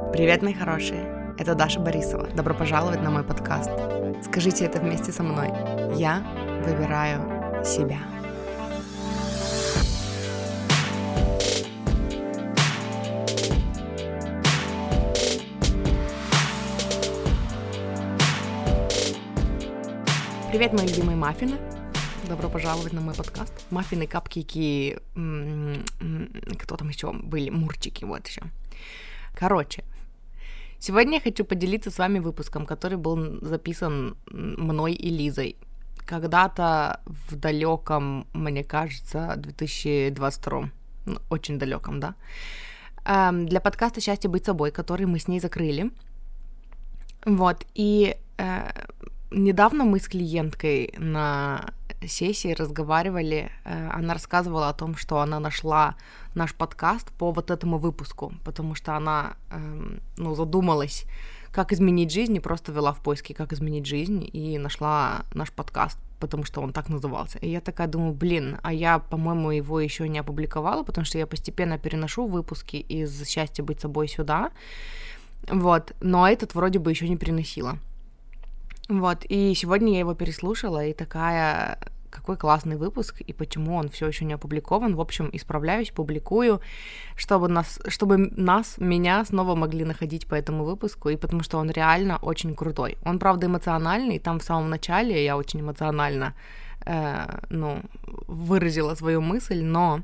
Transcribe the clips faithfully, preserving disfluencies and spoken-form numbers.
Привет, мои хорошие! Это Даша Борисова. Добро пожаловать на мой подкаст. Скажите это вместе со мной. Я выбираю себя. Привет, мои любимые маффины. Добро пожаловать на мой подкаст. Маффины, капкейки, кто там еще были? Мурчики, вот еще. Короче, сегодня я хочу поделиться с вами выпуском, который был записан мной и Лизой. Когда-то в далеком, мне кажется, две тысячи двадцать втором, ну, очень далеком, да, эм, для подкаста «Счастье быть собой», который мы с ней закрыли. Вот, и э, недавно мы с клиенткой на сессии разговаривали, э, она рассказывала о том, что она нашла наш подкаст по вот этому выпуску, потому что она, э, ну, задумалась, как изменить жизнь, и просто вела в поиске, как изменить жизнь, и нашла наш подкаст, потому что он так назывался. И я такая думаю, блин, а я, по-моему, его еще не опубликовала, потому что я постепенно переношу выпуски из «Счастья быть собой» сюда, вот, но этот вроде бы еще не переносила. Вот, и сегодня я его переслушала, и такая, какой классный выпуск, и почему он все еще не опубликован. В общем, исправляюсь, публикую, чтобы нас, чтобы нас, меня снова могли находить по этому выпуску, и потому что он реально очень крутой. Он, правда, эмоциональный, там в самом начале я очень эмоционально, э, ну, выразила свою мысль, но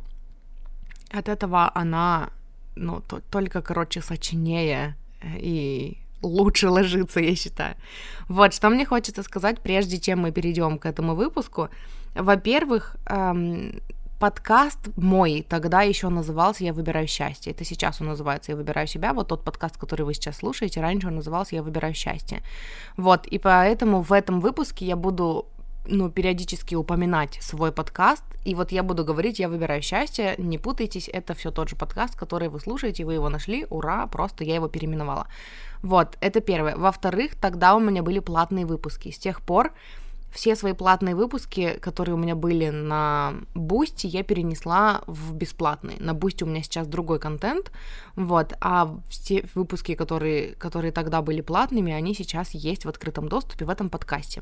от этого она, ну, то, только, короче, сочнее и лучше ложится, я считаю. Вот, что мне хочется сказать, прежде чем мы перейдем к этому выпуску. Во-первых, эм, подкаст мой тогда еще назывался «Я выбираю счастье». Это сейчас он называется «Я выбираю себя». Вот тот подкаст, который вы сейчас слушаете, раньше он назывался «Я выбираю счастье». Вот, и поэтому в этом выпуске я буду, ну, периодически упоминать свой подкаст, и вот я буду говорить «Я выбираю счастье», не путайтесь, это все тот же подкаст, который вы слушаете, вы его нашли, ура, просто я его переименовала. Вот, это первое. Во-вторых, тогда у меня были платные выпуски. С тех пор все свои платные выпуски, которые у меня были на Бусти, я перенесла в бесплатные. На Бусти у меня сейчас другой контент, вот, а все выпуски, которые, которые тогда были платными, они сейчас есть в открытом доступе в этом подкасте.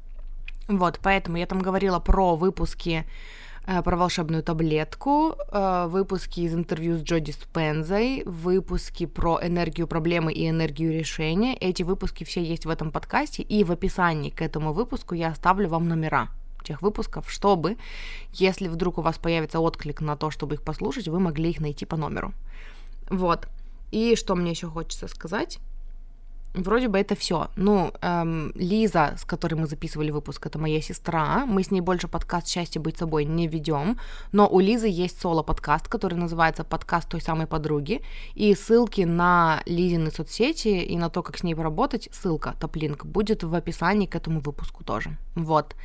Вот, поэтому я там говорила про выпуски, э, про волшебную таблетку, э, выпуски из интервью с Джо Диспензой, выпуски про энергию проблемы и энергию решения. Эти выпуски все есть в этом подкасте, и в описании к этому выпуску я оставлю вам номера тех выпусков, чтобы, если вдруг у вас появится отклик на то, чтобы их послушать, вы могли их найти по номеру. Вот. И что мне еще хочется сказать? Вроде бы это все. Ну, эм, Лиза, с которой мы записывали выпуск, это моя сестра. Мы с ней больше подкаст «Счастье быть собой» не ведем, но у Лизы есть соло-подкаст, который называется «Подкаст той самой подруги», и ссылки на Лизины соцсети и на то, как с ней поработать, ссылка, топ-линк, будет в описании к этому выпуску тоже. Вот.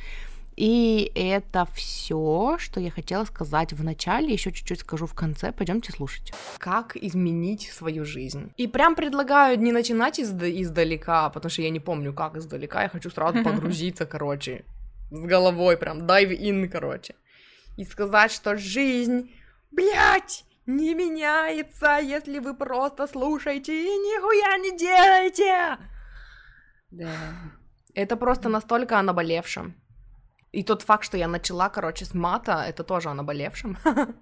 И это все, что я хотела сказать в начале, еще чуть-чуть скажу в конце, пойдемте слушать. Как изменить свою жизнь? И прям предлагаю не начинать изда- издалека, потому что я не помню, как издалека, я хочу сразу погрузиться, короче, с головой прям, dive in, короче, и сказать, что жизнь, блять, не меняется, если вы просто слушаете и нихуя не делаете. Да. Это просто настолько о наболевшем. И тот факт, что я начала, короче, с мата, это тоже о наболевшем.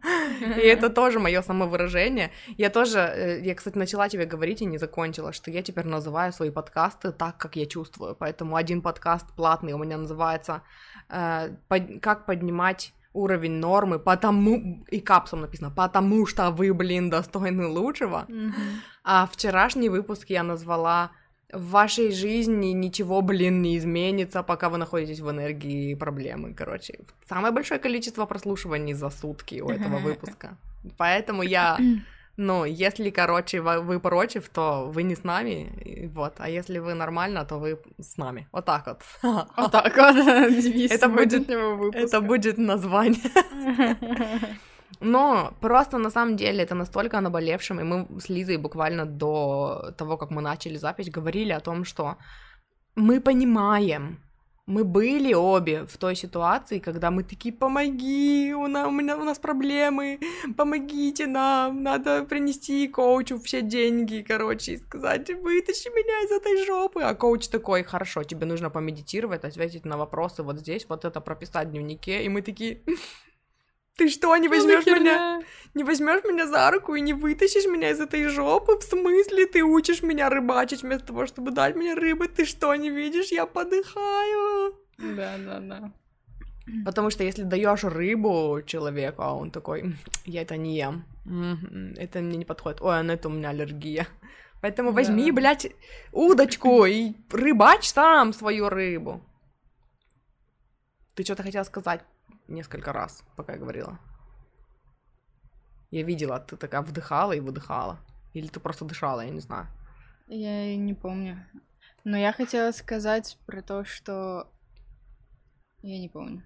И это тоже мое самовыражение. Я тоже, я, кстати, начала тебе говорить и не закончила, что я теперь называю свои подкасты так, как я чувствую. Поэтому один подкаст платный у меня называется э, под, «Как поднимать уровень нормы, потому...» И капсом написано «Потому что вы, блин, достойны лучшего». Mm-hmm. А вчерашний выпуск я назвала «В вашей жизни ничего, блин, не изменится, пока вы находитесь в энергии проблемы». Короче, самое большое количество прослушиваний за сутки у этого выпуска. Поэтому я, ну, если, короче, вы против, то вы не с нами, вот. А если вы нормально, то вы с нами. Вот так вот. Вот так вот. Это будет, это будет название. Но просто на самом деле это настолько о наболевшем, и мы с Лизой буквально до того, как мы начали запись, говорили о том, что мы понимаем, мы были обе в той ситуации, когда мы такие: помоги, у нас, у меня, у нас проблемы, помогите нам, надо принести коучу все деньги, короче, и сказать: вытащи меня из этой жопы. А коуч такой: хорошо, тебе нужно помедитировать, ответить на вопросы вот здесь, вот это прописать в дневнике. И мы такие: ты что, не возьмешь меня, не возьмешь меня за руку и не вытащишь меня из этой жопы? В смысле, ты учишь меня рыбачить вместо того, чтобы дать мне рыбы? Ты что, не видишь? Я подыхаю. Да, да, да. Потому что если даешь рыбу человеку, а он такой: я это не ем, это мне не подходит, ой, а на это у меня аллергия. Поэтому возьми, да. блядь, удочку и рыбачь сам свою рыбу. Ты что-то хотела сказать? Несколько раз, пока я говорила. Я видела, ты такая вдыхала и выдыхала. Или ты просто дышала, я не знаю. Я не помню. Но я хотела сказать про то, что... Я не помню.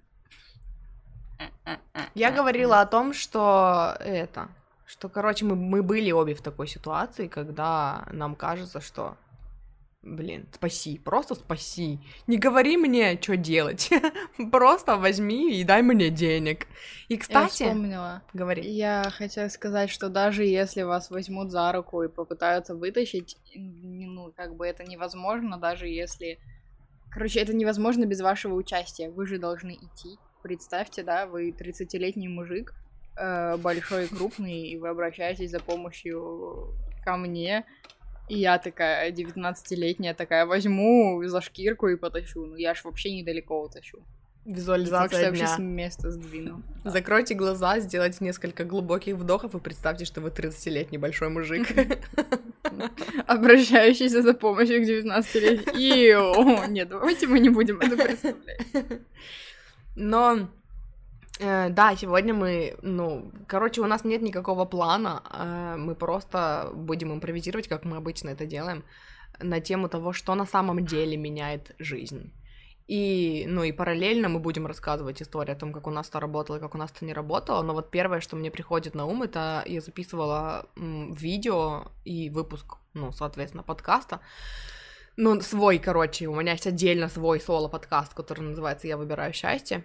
Я говорила о том, что это... Что, короче, мы, мы были обе в такой ситуации, когда нам кажется, что... Блин, спаси, просто спаси. Не говори мне, что делать. Просто возьми и дай мне денег. И, кстати... Я вспомнила. Говори. Я хотела сказать, что даже если вас возьмут за руку и попытаются вытащить, ну, как бы это невозможно, даже если... Короче, это невозможно без вашего участия. Вы же должны идти. Представьте, да, вы тридцатилетний мужик, э, большой и крупный, и вы обращаетесь за помощью ко мне. И я такая, девятнадцатилетняя, такая, возьму за шкирку и потащу. Ну, я ж вообще недалеко утащу. Визуализация так, что я дня. вообще с места сдвину. Закройте глаза, сделайте несколько глубоких вдохов и представьте, что вы тридцатилетний большой мужик. Обращающийся за помощью к девятнадцатилетней. Иу, нет, давайте мы не будем это представлять. Но... Э, да, сегодня мы, ну, короче, у нас нет никакого плана, э, мы просто будем импровизировать, как мы обычно это делаем, на тему того, что на самом деле меняет жизнь. И, ну, и параллельно мы будем рассказывать историю о том, как у нас это работало и как у нас это не работало, но вот первое, что мне приходит на ум, это я записывала м, видео и выпуск, ну, соответственно, подкаста, ну, свой, короче, у меня есть отдельно свой соло-подкаст, который называется «Я выбираю счастье».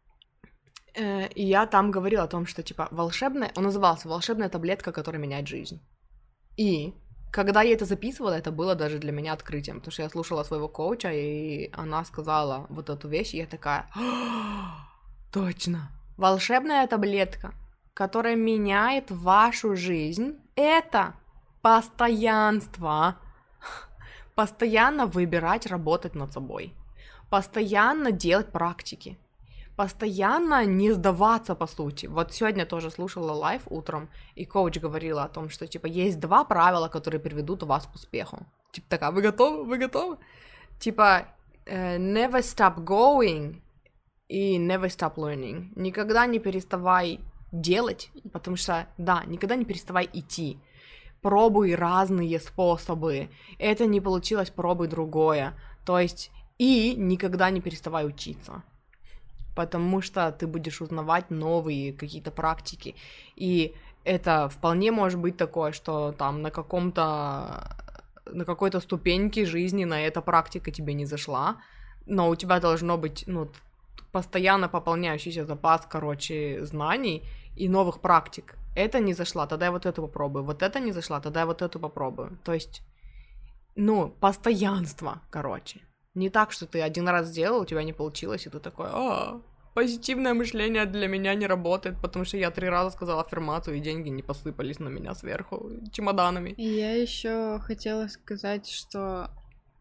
И я там говорила о том, что, типа, волшебная... Он назывался «Волшебная таблетка, которая меняет жизнь». И когда я это записывала, это было даже для меня открытием, потому что я слушала своего коуча, и она сказала вот эту вещь, и я такая: точно! Волшебная таблетка, которая меняет вашу жизнь, это постоянство. Постоянно выбирать работать над собой. Постоянно делать практики. Постоянно не сдаваться, по сути. Вот сегодня тоже слушала лайв утром, и коуч говорила о том, что, типа, есть два правила, которые приведут вас к успеху. Типа такая: вы готовы? Вы готовы? Типа, uh, never stop going и never stop learning. Никогда не переставай делать, потому что, да, никогда не переставай идти. Пробуй разные способы. Это не получилось, пробуй другое. То есть, и никогда не переставай учиться. Потому что ты будешь узнавать новые какие-то практики. И это вполне может быть такое, что там на каком-то, на какой-то ступеньке жизни на эта практика тебе не зашла, но у тебя должно быть, ну, постоянно пополняющийся запас, короче, знаний и новых практик. Это не зашла, тогда я вот эту попробую. Вот это не зашла, тогда я вот эту попробую. То есть, ну, постоянство, короче. Не так, что ты один раз сделал, у тебя не получилось, и ты такой: а, позитивное мышление для меня не работает, потому что я три раза сказала аффирмацию, и деньги не посыпались на меня сверху чемоданами. И я еще хотела сказать, что...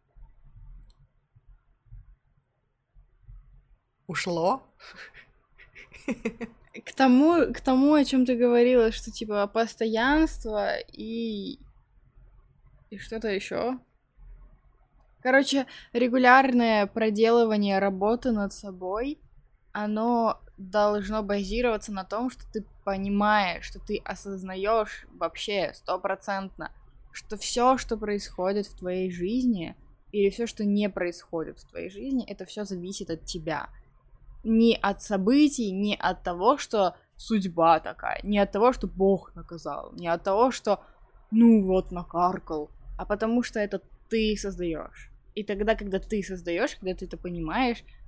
Ушло? К тому, к тому, о чем ты говорила, что типа постоянство и... И что-то еще. Короче, регулярное проделывание работы над собой, оно должно базироваться на том, что ты понимаешь, что ты осознаешь вообще стопроцентно, что все, что происходит в твоей жизни, или все, что не происходит в твоей жизни, это все зависит от тебя. Не от событий, не от того, что судьба такая, не от того, что Бог наказал, не от того, что ну вот накаркал, а потому что это ты создаешь. И тогда, когда ты создаешь, когда ты это понимаешь,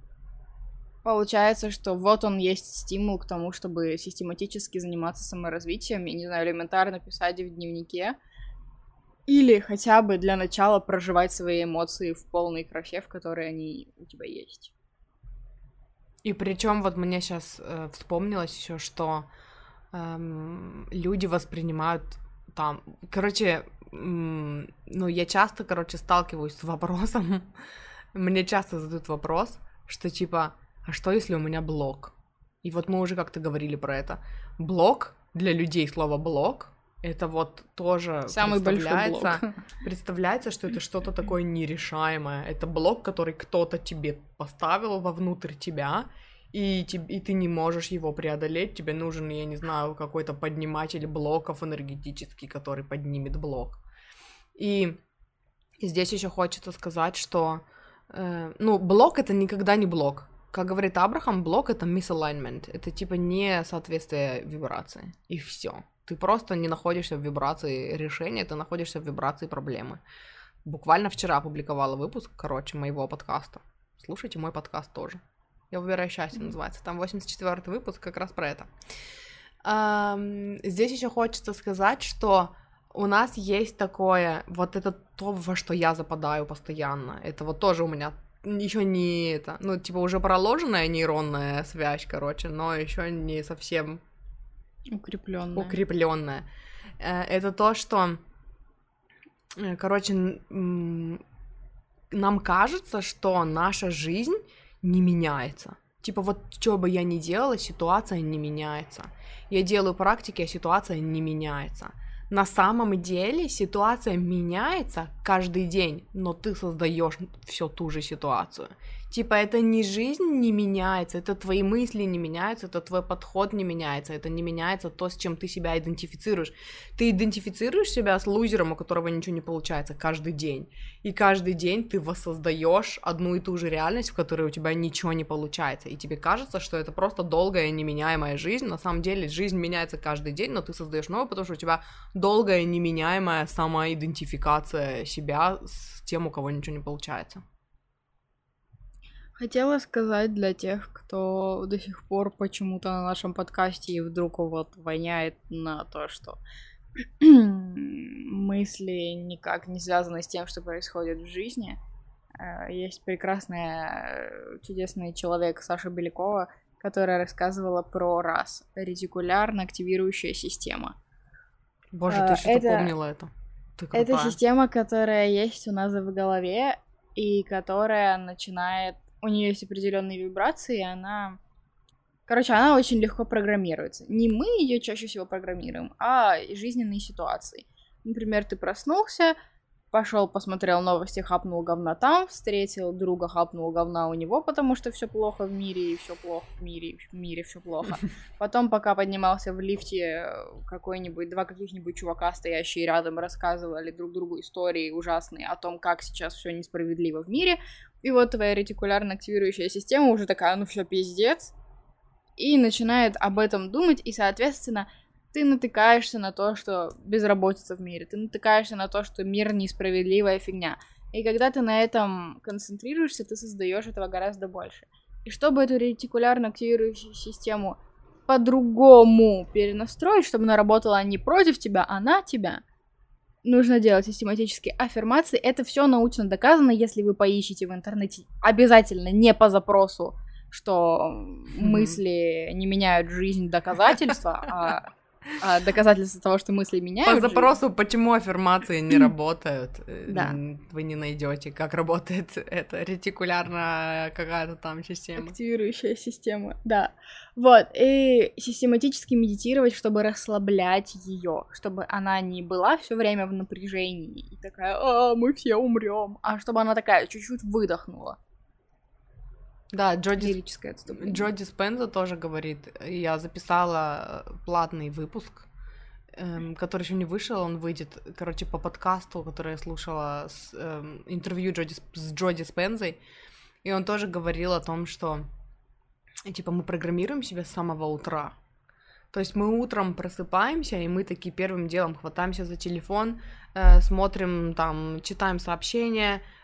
получается, что вот он есть стимул к тому, чтобы систематически заниматься саморазвитием и, не знаю, элементарно писать в дневнике, или хотя бы для начала проживать свои эмоции в полной красе, в которой они у тебя есть. И причем вот мне сейчас э, вспомнилось еще, что эм, люди воспринимают там, короче, м, ну я часто, короче, сталкиваюсь с вопросом, мне часто задают вопрос, что типа, а что если у меня блок? И вот мы уже как-то говорили про это. Блок, для людей слово блок, это вот тоже самый представляется, большой блок. представляется, что это что-то такое нерешаемое. Это блок, который кто-то тебе поставил вовнутрь тебя, и, тебе, и ты не можешь его преодолеть. Тебе нужен, я не знаю, какой-то подниматель блоков энергетический, который поднимет блок. И здесь еще хочется сказать, что э, ну, блок — это никогда не блок. Как говорит Абрахам, блок — это misalignment. Это типа не соответствие вибрации. И все. Ты просто не находишься в вибрации решения, ты находишься в вибрации проблемы. Буквально вчера опубликовала выпуск, короче, моего подкаста. Слушайте мой подкаст тоже. «Я выбираю счастье» называется. Там восемьдесят четвёртый выпуск как раз про это. Эм, здесь еще хочется сказать, что у нас есть такое, вот это то, во что я западаю постоянно. Это вот тоже у меня еще не это, ну, типа уже проложенная нейронная связь, короче, но еще не совсем укрепленная. укрепленная. Это то, что, короче, нам кажется, что наша жизнь не меняется. Типа вот что бы я ни делала, ситуация не меняется. Я делаю практики, а ситуация не меняется. На самом деле ситуация меняется каждый день, но ты создаешь всю ту же ситуацию. Типа это не жизнь не меняется, это твои мысли не меняются, это твой подход не меняется, это не меняется то, с чем ты себя идентифицируешь. Ты идентифицируешь себя с лузером, у которого ничего не получается, каждый день. И каждый день ты воссоздаешь одну и ту же реальность, в которой у тебя ничего не получается. И тебе кажется, что это просто долгая неменяемая жизнь. На самом деле жизнь меняется каждый день, но ты создаешь новую, потому что у тебя долгая неменяемая самоидентификация себя с тем, у кого ничего не получается. Хотела сказать для тех, кто до сих пор почему-то на нашем подкасте и вдруг вот воняет на то, что мысли никак не связаны с тем, что происходит в жизни. Есть прекрасный, чудесный человек Саша Белякова, которая рассказывала про РАС, ретикулярно активирующая система. Боже, ты что-то это... помнила это. Ты это система, которая есть у нас в голове и которая начинает... У нее есть определенные вибрации, и она... Короче, она очень легко программируется. Не мы ее чаще всего программируем, а жизненные ситуации. Например, ты проснулся, пошел, посмотрел новости, хапнул говна там, встретил друга, хапнул говна у него, потому что все плохо в мире, и все плохо в мире, и в мире все плохо. Потом, пока поднимался в лифте, какой-нибудь, два каких-нибудь чувака, стоящие рядом, рассказывали друг другу истории ужасные о том, как сейчас все несправедливо в мире. И вот твоя ретикулярно активирующая система уже такая, ну все, пиздец. И начинает об этом думать, и, соответственно, ты натыкаешься на то, что безработица в мире, ты натыкаешься на то, что мир несправедливая фигня. И когда ты на этом концентрируешься, ты создаешь этого гораздо больше. И чтобы эту ретикулярно активирующую систему по-другому перенастроить, чтобы она работала не против тебя, а на тебя, нужно делать систематические аффирмации. Это все научно доказано, если вы поищете в интернете обязательно, не по запросу, что mm-hmm. мысли не меняют жизнь, доказательства, а, а доказательства того, что мысли меняют По запросу, жизнь. Почему аффирмации не работают, да. вы не найдете, как работает эта ретикулярная какая-то там система. Активирующая система, да. Вот, и систематически медитировать, чтобы расслаблять ее, чтобы она не была все время в напряжении и такая, а, мы все умрем, а чтобы она такая чуть-чуть выдохнула. Да, Джоди, отступление. Джо Диспенза тоже говорит, я записала платный выпуск, эм, который еще не вышел, он выйдет, короче, по подкасту, который я слушала, с, эм, интервью Джо, с Джо Диспензой, и он тоже говорил о том, что, типа, мы программируем себя с самого утра. То есть мы утром просыпаемся, и мы таки первым делом хватаемся за телефон, э, смотрим, там, читаем сообщения,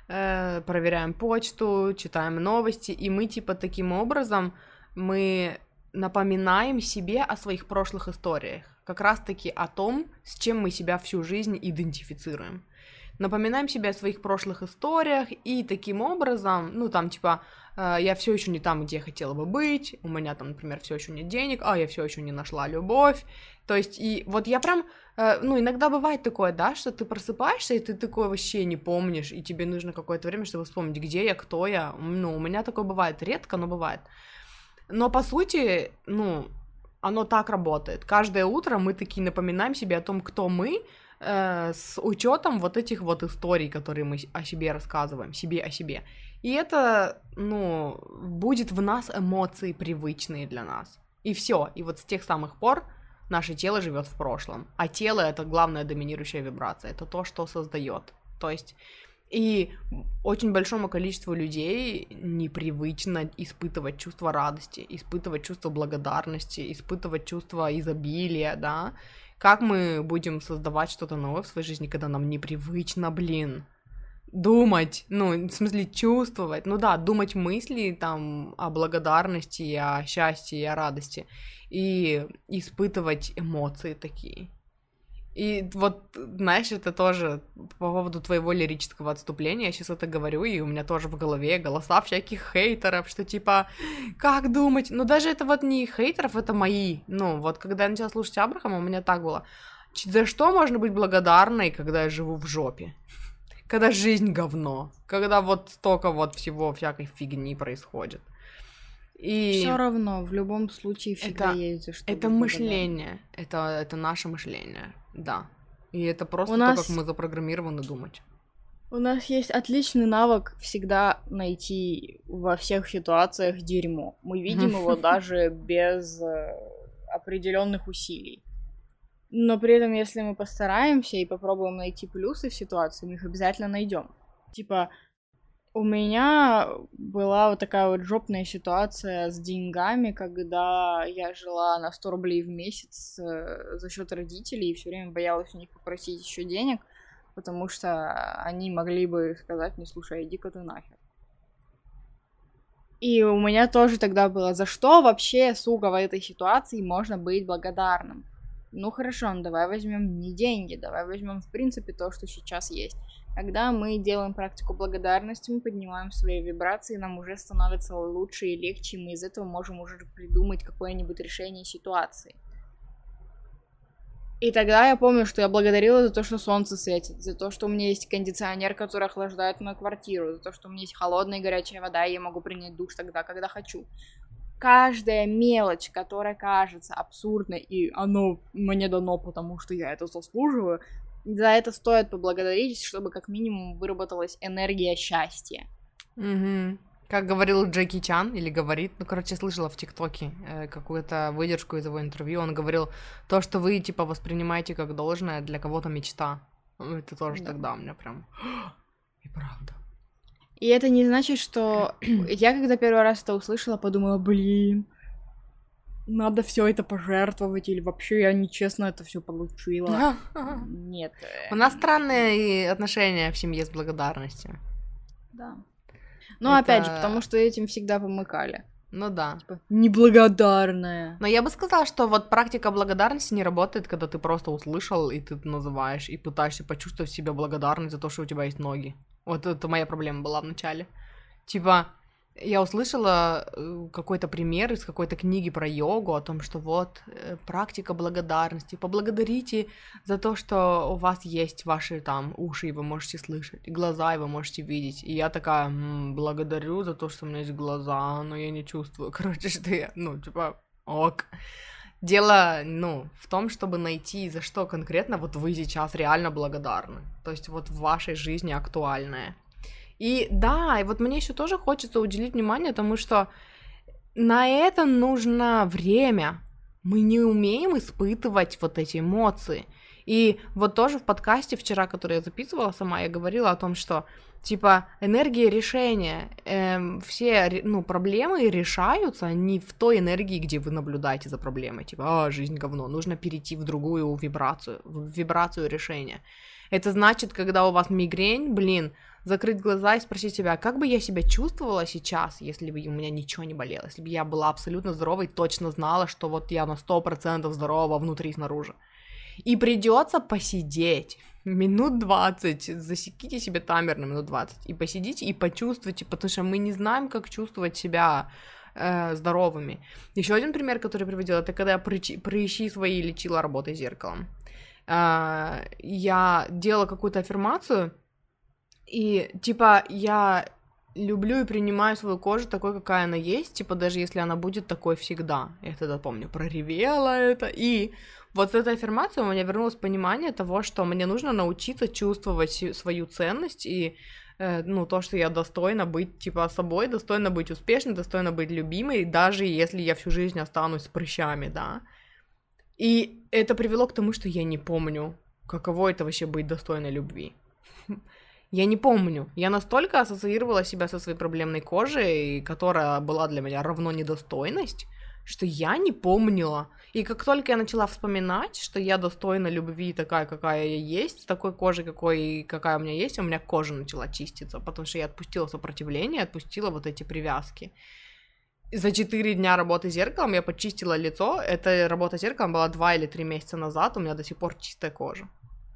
э, проверяем почту, читаем новости, и мы, типа, таким образом, мы напоминаем себе о своих прошлых историях, как раз-таки о том, с чем мы себя всю жизнь идентифицируем. Напоминаем себе о своих прошлых историях, и таким образом, ну, там, типа, э, я все еще не там, где я хотела бы быть, у меня там, например, все еще нет денег, а я все еще не нашла любовь. То есть, и вот я прям, э, ну, иногда бывает такое, да, что ты просыпаешься, и ты такое вообще не помнишь, и тебе нужно какое-то время, чтобы вспомнить, где я, кто я. Ну, у меня такое бывает редко, но бывает. Но, по сути, ну, оно так работает. Каждое утро мы такие напоминаем себе о том, кто мы, э, с учетом вот этих вот историй, которые мы о себе рассказываем, себе о себе. И это, ну, будет в нас эмоции привычные для нас. И все. И вот с тех самых пор наше тело живет в прошлом. А тело — это главная доминирующая вибрация. Это то, что создает. То есть... И очень большому количеству людей непривычно испытывать чувство радости, испытывать чувство благодарности, испытывать чувство изобилия, да. Как мы будем создавать что-то новое в своей жизни, когда нам непривычно, блин, думать, ну, в смысле, чувствовать, ну да, думать мысли там о благодарности, о счастье, о радости, и испытывать эмоции такие. И вот, знаешь, это тоже по поводу твоего лирического отступления, я сейчас это говорю, и у меня тоже в голове голоса всяких хейтеров, что типа, как думать, ну даже это вот не хейтеров, это мои, ну вот когда я начала слушать Абрахама, у меня так было, за что можно быть благодарной, когда я живу в жопе, когда жизнь говно, когда вот столько вот всего всякой фигни происходит. И все равно, в любом случае всегда это, есть за что. Это мышление, это, это наше мышление, да. И это просто У то, нас... как мы запрограммированы думать. У нас есть отличный навык всегда найти во всех ситуациях дерьмо. Мы видим его даже без определенных усилий. Но при этом, если мы постараемся и попробуем найти плюсы в ситуации, мы их обязательно найдем. Типа, у меня была вот такая вот жопная ситуация с деньгами, когда я жила на сто рублей в месяц за счет родителей и все время боялась у них попросить еще денег, потому что они могли бы сказать мне: слушай, иди-ка ты нахер. И у меня тоже тогда было: за что вообще, сука, в этой ситуации можно быть благодарным? Ну хорошо, ну давай возьмем не деньги, давай возьмем в принципе то, что сейчас есть. Когда мы делаем практику благодарности, мы поднимаем свои вибрации, нам уже становится лучше и легче, мы из этого можем уже придумать какое-нибудь решение ситуации. И тогда я помню, что я благодарила за то, что солнце светит, за то, что у меня есть кондиционер, который охлаждает мою квартиру, за то, что у меня есть холодная и горячая вода, и я могу принять душ тогда, когда хочу. Каждая мелочь, которая кажется абсурдной, и оно мне дано, потому что я это заслуживаю, за это стоит поблагодарить, чтобы как минимум выработалась энергия счастья. Угу. Как говорил Джеки Чан, или говорит, ну, короче, слышала в ТикТоке э, какую-то выдержку из его интервью, он говорил, то, что вы, типа, воспринимаете как должное, для кого-то мечта. Это тоже да. Тогда у меня прям... И правда. И это не значит, что... Я, когда первый раз это услышала, подумала, блин, надо все это пожертвовать, или вообще я нечестно это все получила. Нет. У нас странные отношения в семье с благодарностью. Да. Ну, это... опять же, потому что этим всегда помыкали. Ну да. Типа, неблагодарная. Но я бы сказала, что вот практика благодарности не работает, когда ты просто услышал, и ты называешь, и пытаешься почувствовать себя благодарной за то, что у тебя есть ноги. Вот это моя проблема была в начале. Типа, я услышала какой-то пример из какой-то книги про йогу о том, что вот практика благодарности. Поблагодарите за то, что у вас есть ваши там уши, и вы можете слышать, и глаза, и вы можете видеть. И я такая, м-м, благодарю за то, что у меня есть глаза, но я не чувствую. Короче, что я, ну, типа, ок. Дело, ну, в том, чтобы найти, за что конкретно вот вы сейчас реально благодарны. То есть вот в вашей жизни актуальное. И да, и вот мне еще тоже хочется уделить внимание тому, что на это нужно время. Мы не умеем испытывать вот эти эмоции. И вот тоже в подкасте вчера, который я записывала сама, я говорила о том, что типа энергия решения, эм, все ну, проблемы решаются не в той энергии, где вы наблюдаете за проблемой. Типа, а, жизнь говно, нужно перейти в другую вибрацию, в вибрацию решения. Это значит, когда у вас мигрень, блин, закрыть глаза и спросить себя, как бы я себя чувствовала сейчас, если бы у меня ничего не болело, если бы я была абсолютно здоровой, точно знала, что вот я на сто процентов здорова внутри и снаружи. И придется посидеть минут двадцать, засеките себе таймер на минут двадцать, и посидите, и почувствуйте, потому что мы не знаем, как чувствовать себя э, здоровыми. Еще один пример, который я приводила, это когда я прыщи, прыщи свои лечила работой зеркалом. Э, я делала какую-то аффирмацию, и, типа, я люблю и принимаю свою кожу такой, какая она есть, типа, даже если она будет такой всегда. Я тогда, помню, проревела это, и вот с этой аффирмацией у меня вернулось понимание того, что мне нужно научиться чувствовать свою ценность и, э, ну, то, что я достойна быть, типа, собой, достойна быть успешной, достойна быть любимой, даже если я всю жизнь останусь с прыщами, да. И это привело к тому, что я не помню, каково это вообще быть достойной любви. Я не помню. Я настолько ассоциировала себя со своей проблемной кожей, которая была для меня равно недостойность, что я не помнила. И как только я начала вспоминать, что я достойна любви такая, какая я есть, с такой кожей, какой, какая у меня есть, у меня кожа начала чиститься, потому что я отпустила сопротивление, отпустила вот эти привязки. За четыре дня работы зеркалом я почистила лицо. Эта работа зеркалом была два или три месяца назад, у меня до сих пор чистая кожа.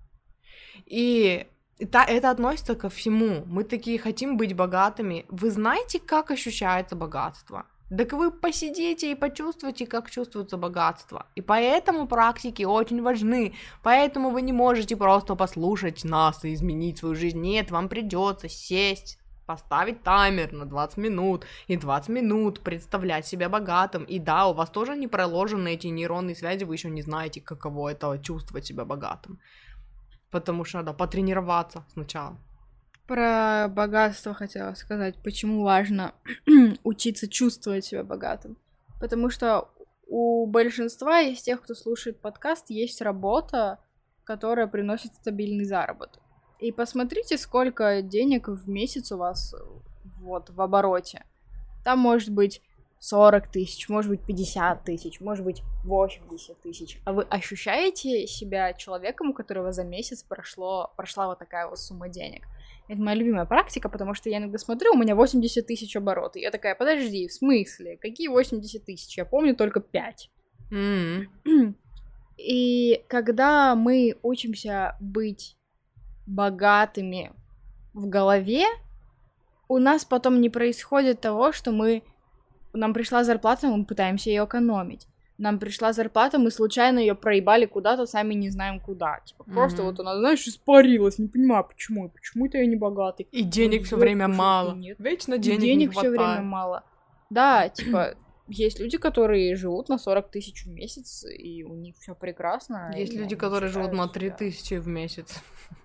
И это, это относится ко всему. Мы такие хотим быть богатыми. Вы знаете, как ощущается богатство? Так вы посидите и почувствуйте, как чувствуется богатство. И поэтому практики очень важны. Поэтому вы не можете просто послушать нас и изменить свою жизнь. Нет, вам придется сесть, поставить таймер на двадцать минут, и двадцать минут представлять себя богатым. И да, у вас тоже не проложены эти нейронные связи, вы еще не знаете, каково это чувствовать себя богатым. Потому что надо потренироваться сначала. Про богатство хотела сказать, почему важно учиться чувствовать себя богатым. Потому что у большинства из тех, кто слушает подкаст, есть работа, которая приносит стабильный заработок. И посмотрите, сколько денег в месяц у вас вот в обороте. Там может быть сорок тысяч, может быть пятьдесят тысяч, может быть восемьдесят тысяч. А вы ощущаете себя человеком, у которого за месяц прошло, прошла вот такая вот сумма денег? Это моя любимая практика, потому что я иногда смотрю, у меня восемьдесят тысяч обороты. Я такая, подожди, в смысле? Какие восемьдесят тысяч? Я помню только пять. Mm-hmm. И когда мы учимся быть богатыми в голове, у нас потом не происходит того, что мы... Нам пришла зарплата, мы пытаемся ее экономить. Нам пришла зарплата, мы случайно ее проебали куда-то, сами не знаем куда. Типа, mm-hmm. просто вот она, знаешь, испарилась, не понимаю, почему. Почему-то я не богатый. И денег все время мало. Нет. Вечно денег, денег не хватает. Все время мало. Да, типа, есть люди, которые живут на сорок тысяч в месяц, и у них все прекрасно. Есть люди, которые живут на три тысячи в месяц.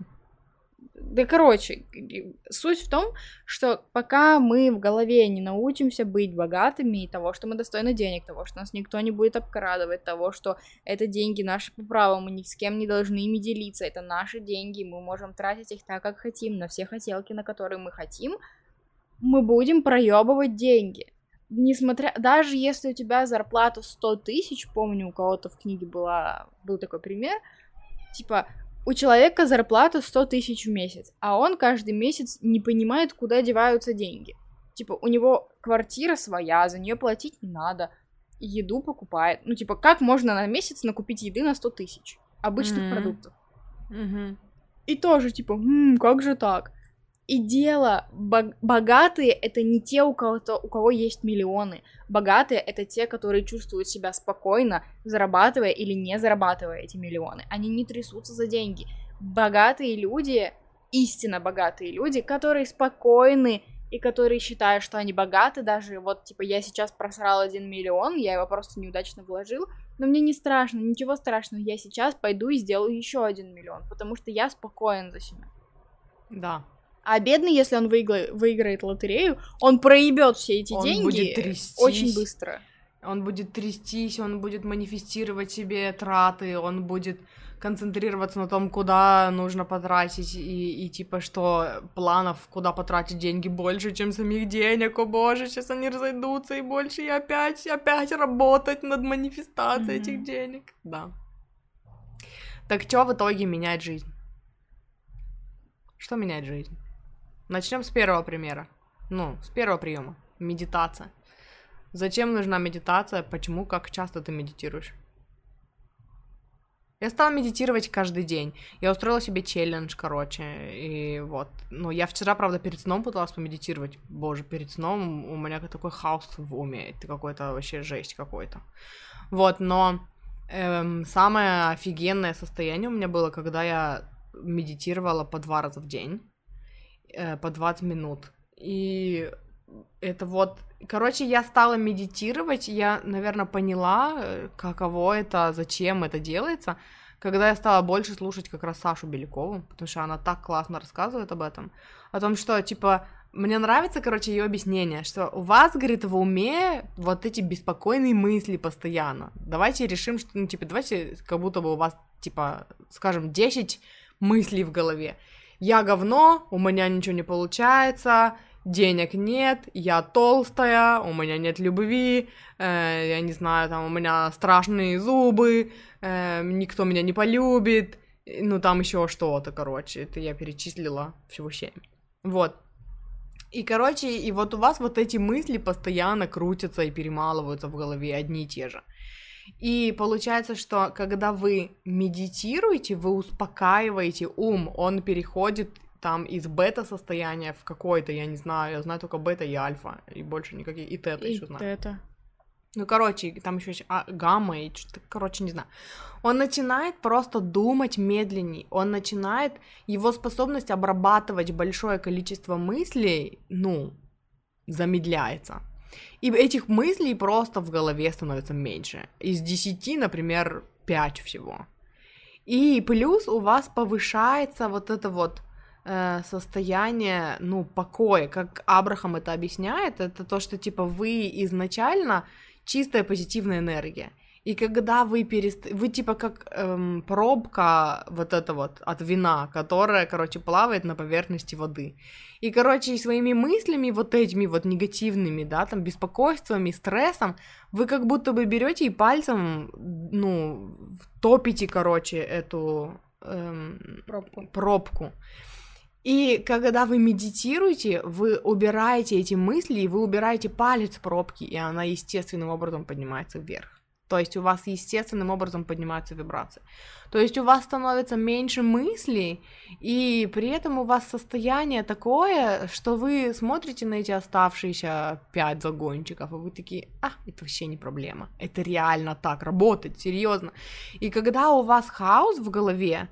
Да, короче, суть в том, что пока мы в голове не научимся быть богатыми, и того, что мы достойны денег, того, что нас никто не будет обкрадывать, того, что это деньги наши по праву, мы ни с кем не должны ими делиться, это наши деньги, мы можем тратить их так, как хотим, на все хотелки, на которые мы хотим, мы будем проебывать деньги. Несмотря, даже если у тебя зарплата сто тысяч, помню, у кого-то в книге была, был такой пример, типа... У человека зарплата сто тысяч в месяц, а он каждый месяц не понимает, куда деваются деньги. Типа, у него квартира своя, за нее платить не надо, еду покупает. Ну, типа, как можно на месяц накупить еды на сто тысяч обычных mm-hmm. продуктов? Mm-hmm. И тоже, типа, м-м, как же так? И дело, бог- богатые — это не те, у кого, у кого есть миллионы. Богатые — это те, которые чувствуют себя спокойно, зарабатывая или не зарабатывая эти миллионы. Они не трясутся за деньги. Богатые люди, истинно богатые люди, которые спокойны и которые считают, что они богаты, даже вот, типа, я сейчас просрал один миллион, я его просто неудачно вложил, но мне не страшно, ничего страшного, я сейчас пойду и сделаю еще один миллион, потому что я спокоен за себя. Да. А бедный, если он выигра... выиграет лотерею, он проебет все эти он деньги будет трястись, очень быстро. Он будет трястись, он будет манифестировать себе траты, он будет концентрироваться на том, куда нужно потратить, и, и типа что планов, куда потратить деньги больше, чем самих денег. О боже, сейчас они разойдутся и больше, и опять, опять работать над манифестацией mm-hmm. этих денег. Да. Так что в итоге меняет жизнь? Что меняет жизнь? Начнем с первого примера. Ну, с первого приема. Медитация. Зачем нужна медитация? Почему? Как часто ты медитируешь? Я стала медитировать каждый день. Я устроила себе челлендж, короче, и вот. Ну, я вчера, правда, перед сном пыталась помедитировать. Боже, перед сном у меня такой хаос в уме. Это какой-то вообще жесть какой-то. Вот, но эм, самое офигенное состояние у меня было, когда я медитировала по два раза в день, э, по двадцать минут. И это вот... Короче, я стала медитировать, я, наверное, поняла, каково это, зачем это делается, когда я стала больше слушать как раз Сашу Белякову, потому что она так классно рассказывает об этом, о том, что, типа, мне нравится, короче, ее объяснение, что у вас, говорит, в уме вот эти беспокойные мысли постоянно. Давайте решим, что, ну, типа, давайте как будто бы у вас, типа, скажем, десять мыслей в голове. Я говно, у меня ничего не получается, денег нет, я толстая, у меня нет любви, э, я не знаю, там у меня страшные зубы, э, никто меня не полюбит, ну там еще что-то, короче, это я перечислила всего семь. Вот. И, короче, и вот у вас вот эти мысли постоянно крутятся и перемалываются в голове, одни и те же. И получается, что когда вы медитируете, вы успокаиваете ум, он переходит там из бета-состояния в какое-то, я не знаю, я знаю только бета и альфа, и больше никакие, и тета еще знаю. И тета. Ну, короче, там еще а, гамма и что-то, короче, не знаю. Он начинает просто думать медленней, он начинает, его способность обрабатывать большое количество мыслей, ну, замедляется. И этих мыслей просто в голове становится меньше. Из десяти, например, пять всего. И плюс у вас повышается вот это вот состояние, ну, покоя, как Абрахам это объясняет, это то, что, типа, вы изначально чистая позитивная энергия, и когда вы перест... вы, типа, как эм, пробка вот эта вот от вина, которая, короче, плавает на поверхности воды, и, короче, своими мыслями вот этими вот негативными, да, там, беспокойствами, стрессом, вы как будто бы берете и пальцем, ну, топите, короче, эту эм, пробку. пробку. И когда вы медитируете, вы убираете эти мысли, и вы убираете палец пробки, и она естественным образом поднимается вверх. То есть у вас естественным образом поднимаются вибрации. То есть у вас становится меньше мыслей, и при этом у вас состояние такое, что вы смотрите на эти оставшиеся пять загончиков, и вы такие, а, это вообще не проблема. Это реально так работает, серьезно. И когда у вас хаос в голове,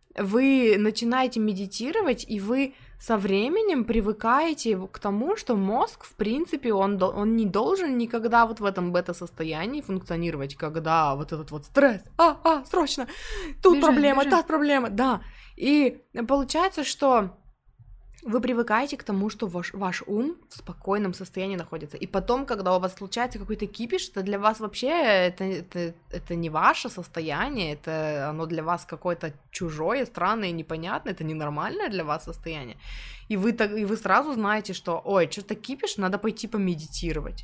вы начинаете медитировать, и вы со временем привыкаете к тому, что мозг, в принципе, он, он не должен никогда вот в этом бета-состоянии функционировать, когда вот этот вот стресс, а, а, срочно, тут бежать, проблема, бежать. Та проблема, да. И получается, что вы привыкаете к тому, что ваш, ваш ум в спокойном состоянии находится. И потом, когда у вас случается какой-то кипиш, это для вас вообще, это, это, это не ваше состояние, это оно для вас какое-то чужое, странное, непонятное, это ненормальное для вас состояние. И вы, так, и вы сразу знаете, что, ой, что-то кипиш, надо пойти помедитировать.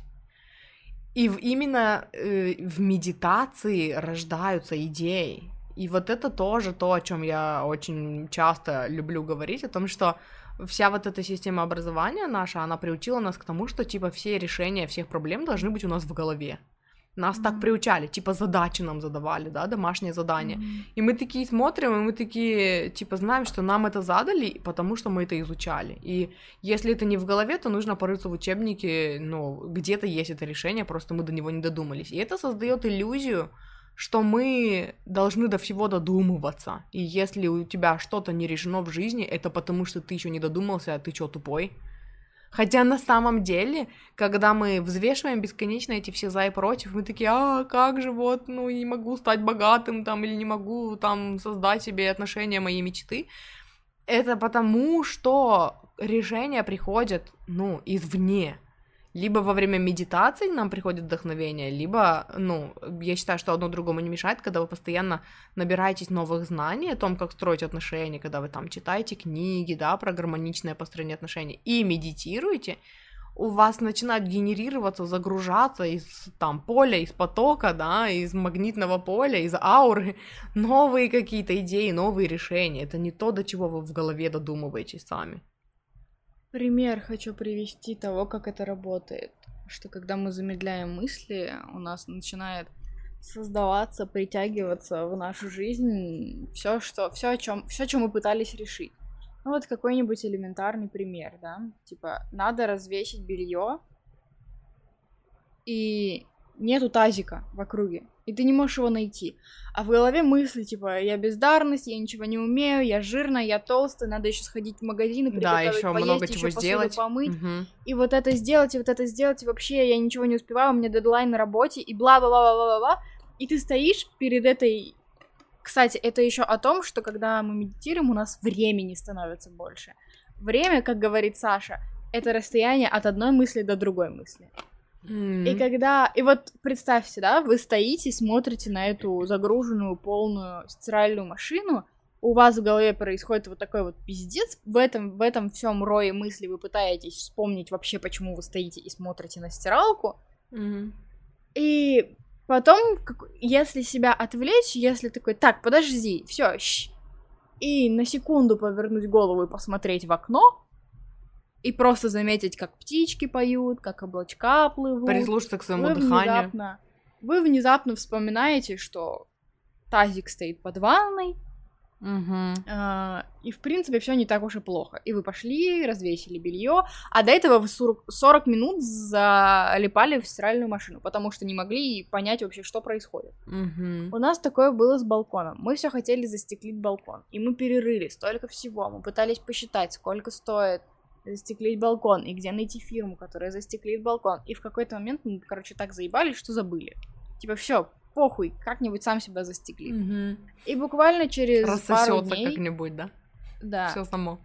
И в, именно э, в медитации рождаются идеи. И вот это тоже то, о чем я очень часто люблю говорить, о том, что вся вот эта система образования наша, она приучила нас к тому, что, типа, все решения всех проблем должны быть у нас в голове. Нас mm-hmm. так приучали, типа, задачи нам задавали, да, домашние задания. Mm-hmm. И мы такие смотрим, и мы такие, типа, знаем, что нам это задали, потому что мы это изучали. И если это не в голове, то нужно порыться в учебнике, ну, где-то есть это решение, просто мы до него не додумались. И это создает иллюзию, что мы должны до всего додумываться, и если у тебя что-то не решено в жизни, это потому, что ты еще не додумался, а ты что, тупой? Хотя на самом деле, когда мы взвешиваем бесконечно эти все за и против, мы такие, а, как же, вот, ну, не могу стать богатым, там, или не могу, там, создать себе отношения моей мечты, это потому, что решения приходят, ну, извне. Либо во время медитации нам приходит вдохновение, либо, ну, я считаю, что одно другому не мешает, когда вы постоянно набираетесь новых знаний о том, как строить отношения, когда вы там читаете книги, да, про гармоничное построение отношений, и медитируете, у вас начинают генерироваться, загружаться из там поля, из потока, да, из магнитного поля, из ауры новые какие-то идеи, новые решения. Это не то, до чего вы в голове додумываетесь сами. Пример хочу привести того, как это работает. Что когда мы замедляем мысли, у нас начинает создаваться, притягиваться в нашу жизнь все, что, все, о чем, все, чем мы пытались решить. Ну вот какой-нибудь элементарный пример, да? Типа, надо развесить белье, и нету тазика в округе, и ты не можешь его найти. А в голове мысли, типа, я бездарность, я ничего не умею, я жирная, я толстая, надо еще сходить в магазин и приготовить, да, еще поесть, много еще чего посуду сделать. помыть, Угу. и вот это сделать, и вот это сделать, и вообще я ничего не успеваю, у меня дедлайн на работе, и бла-бла-бла-бла-бла-бла, и ты стоишь перед этой... Кстати, это еще о том, что когда мы медитируем, у нас времени становится больше. Время, как говорит Саша, это расстояние от одной мысли до другой мысли. Mm. И когда... И вот представьте, да, вы стоите, смотрите на эту загруженную, полную стиральную машину, у вас в голове происходит вот такой вот пиздец, в этом, в этом всем рое мыслей вы пытаетесь вспомнить вообще, почему вы стоите и смотрите на стиралку, Mm-hmm. и потом, если себя отвлечь, если такой, так, подожди, все, и на секунду повернуть голову и посмотреть в окно, и просто заметить, как птички поют, как облачка плывут. Прислушаться к своему вы дыханию. Внезапно, вы внезапно вспоминаете, что тазик стоит под ванной, угу. э, и, в принципе, все не так уж и плохо. И вы пошли, развесили белье, а до этого вы сорок минут залипали в стиральную машину, потому что не могли понять вообще, что происходит. Угу. У нас такое было с балконом. Мы все хотели застеклить балкон, и мы перерыли столько всего, мы пытались посчитать, сколько стоит застеклить балкон, и где найти фирму, которая застеклит балкон. И в какой-то момент мы, короче, так заебались, что забыли. Типа, все, похуй, как-нибудь сам себя застеклит. Угу. И буквально через пару рассосётся дней... как-нибудь, да? Да. Все само.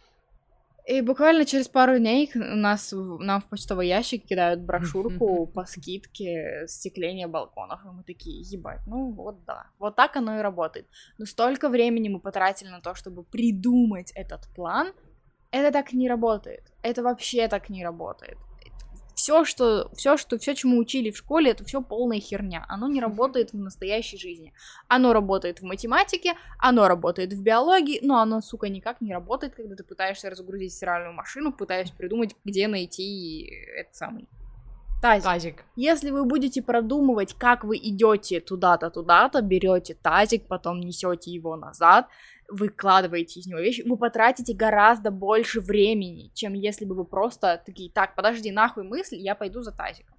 И буквально через пару дней у нас, нам в почтовый ящик кидают брошюрку по скидке стекления балконов. И мы такие, ебать, ну вот да. Вот так оно и работает. Но столько времени мы потратили на то, чтобы придумать этот план. Это так не работает. Это вообще так не работает. Все, что, все, что, все, чему учили в школе, это все полная херня. Оно не работает в настоящей жизни. Оно работает в математике, оно работает в биологии, но оно, сука, никак не работает, когда ты пытаешься разгрузить стиральную машину, пытаясь придумать, где найти этот самый тазик. Тазик. Если вы будете продумывать, как вы идете туда-то, туда-то, берете тазик, потом несете его назад, выкладываете из него вещи, вы потратите гораздо больше времени, чем если бы вы просто такие, так, подожди, нахуй мысль, я пойду за тазиком.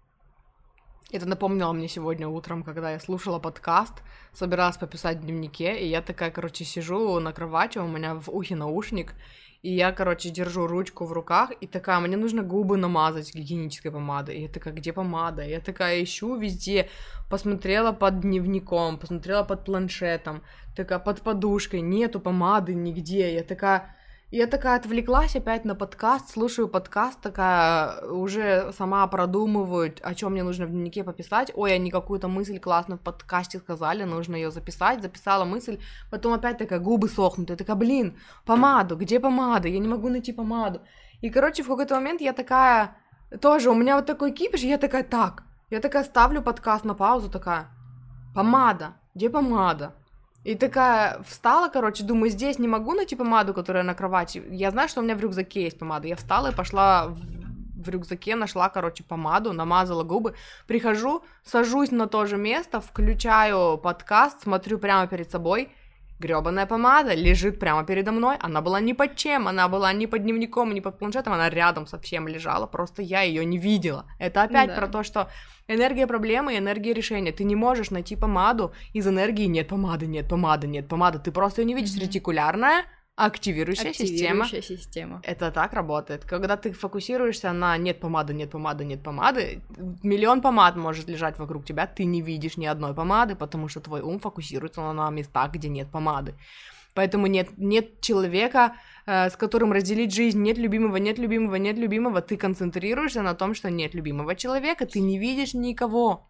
Это напомнило мне сегодня утром, когда я слушала подкаст, собиралась пописать в дневнике, и я такая, короче, сижу на кровати, у меня в ухе наушник, и я, короче, держу ручку в руках, и такая, мне нужно губы намазать гигиенической помадой. И я такая, где помада? И я такая ищу везде, посмотрела под дневником, посмотрела под планшетом, такая, под подушкой, нету помады нигде. Я такая... Я такая отвлеклась опять на подкаст, слушаю подкаст, такая уже сама продумываю, о чем мне нужно в дневнике пописать. Ой, они какую-то мысль классную в подкасте сказали, нужно ее записать. Записала мысль, потом опять такая, губы сохнут. Я такая, блин, помаду, где помада? Я не могу найти помаду. И, короче, в какой-то момент я такая, тоже у меня вот такой кипиш, и я такая, так, я такая ставлю подкаст на паузу, такая, помада, где помада? И такая встала, короче, думаю, здесь не могу найти помаду, которая на кровати. Я знаю, что у меня в рюкзаке есть помада. Я встала и пошла в, в рюкзаке, нашла, короче, помаду, намазала губы. Прихожу, сажусь на то же место, включаю подкаст, смотрю прямо перед собой. Грёбаная помада лежит прямо передо мной. Она была ни под чем, она была ни под дневником, ни под планшетом, она рядом со всем лежала, просто я ее не видела. Это опять да. про то, что энергия проблемы и энергия решения. Ты не можешь найти помаду из энергии нет помады, нет помады, нет помады. Ты просто ее не видишь. Mm-hmm. Ретикулярная активирующая, активирующая система. система. Это так работает. Когда ты фокусируешься на нет помады, нет помады, нет помады, миллион помад может лежать вокруг тебя, ты не видишь ни одной помады, потому что твой ум фокусируется на местах, где нет помады. Поэтому нет, нет человека, э, с которым разделить жизнь, нет любимого, нет любимого, нет любимого, ты концентрируешься на том, что нет любимого человека, ты не видишь никого.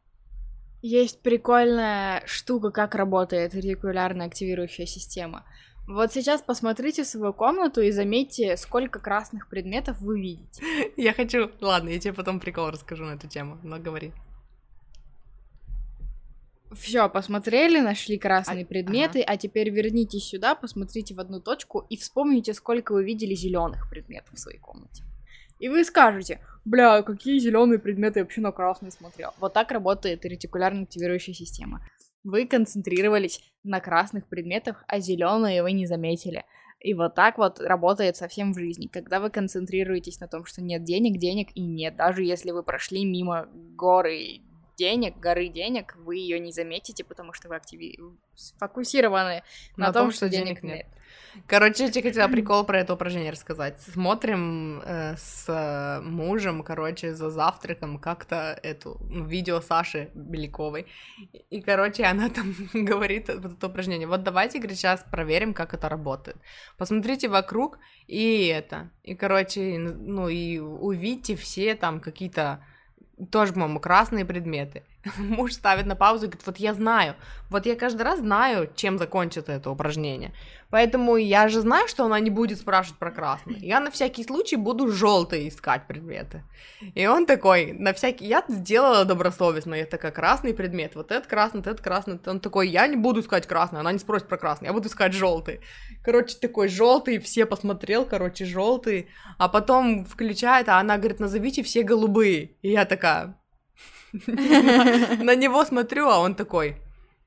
Есть прикольная штука, как работает ретикулярная активирующая система. Вот сейчас посмотрите в свою комнату и заметьте, сколько красных предметов вы видите. Я хочу... Ладно, я тебе потом прикол расскажу на эту тему, но говори. Все, посмотрели, нашли красные А- предметы, а теперь вернитесь сюда, посмотрите в одну точку и вспомните, сколько вы видели зеленых предметов в своей комнате. И вы скажете: бля, какие зеленые предметы я вообще на красные смотрел. Вот так работает ретикулярно активирующая система. Вы концентрировались на красных предметах, а зеленые вы не заметили. И вот так вот работает совсем в жизни. Когда вы концентрируетесь на том, что нет денег, денег и нет. Даже если вы прошли мимо горы денег, горы денег, вы ее не заметите, потому что вы активи... сфокусированы на, на том, том, что денег нет. нет. Короче, я тебе хотела прикол про это упражнение рассказать. Смотрим э, с мужем, короче, за завтраком как-то эту ну, видео Саши Беляковой. И, короче, она там говорит вот это упражнение. Вот давайте, говорит, сейчас проверим, как это работает. Посмотрите вокруг и это. И, короче, ну и увидите все там какие-то тоже, по-моему, красные предметы. Муж ставит на паузу и говорит: вот я знаю, вот я каждый раз знаю, чем закончится это упражнение. Поэтому я же знаю, что она не будет спрашивать про красный. Я на всякий случай буду желтые искать предметы. И он такой, на всякий... Я сделала добросовестно, я такая: красный предмет, вот этот красный, этот красный. Он такой: я не буду искать красный, она не спросит про красный, я буду искать желтый. Короче, такой желтый, все посмотрел, короче, желтый. А потом включает, а она говорит: назовите все голубые. И я такая... На него смотрю, а он такой: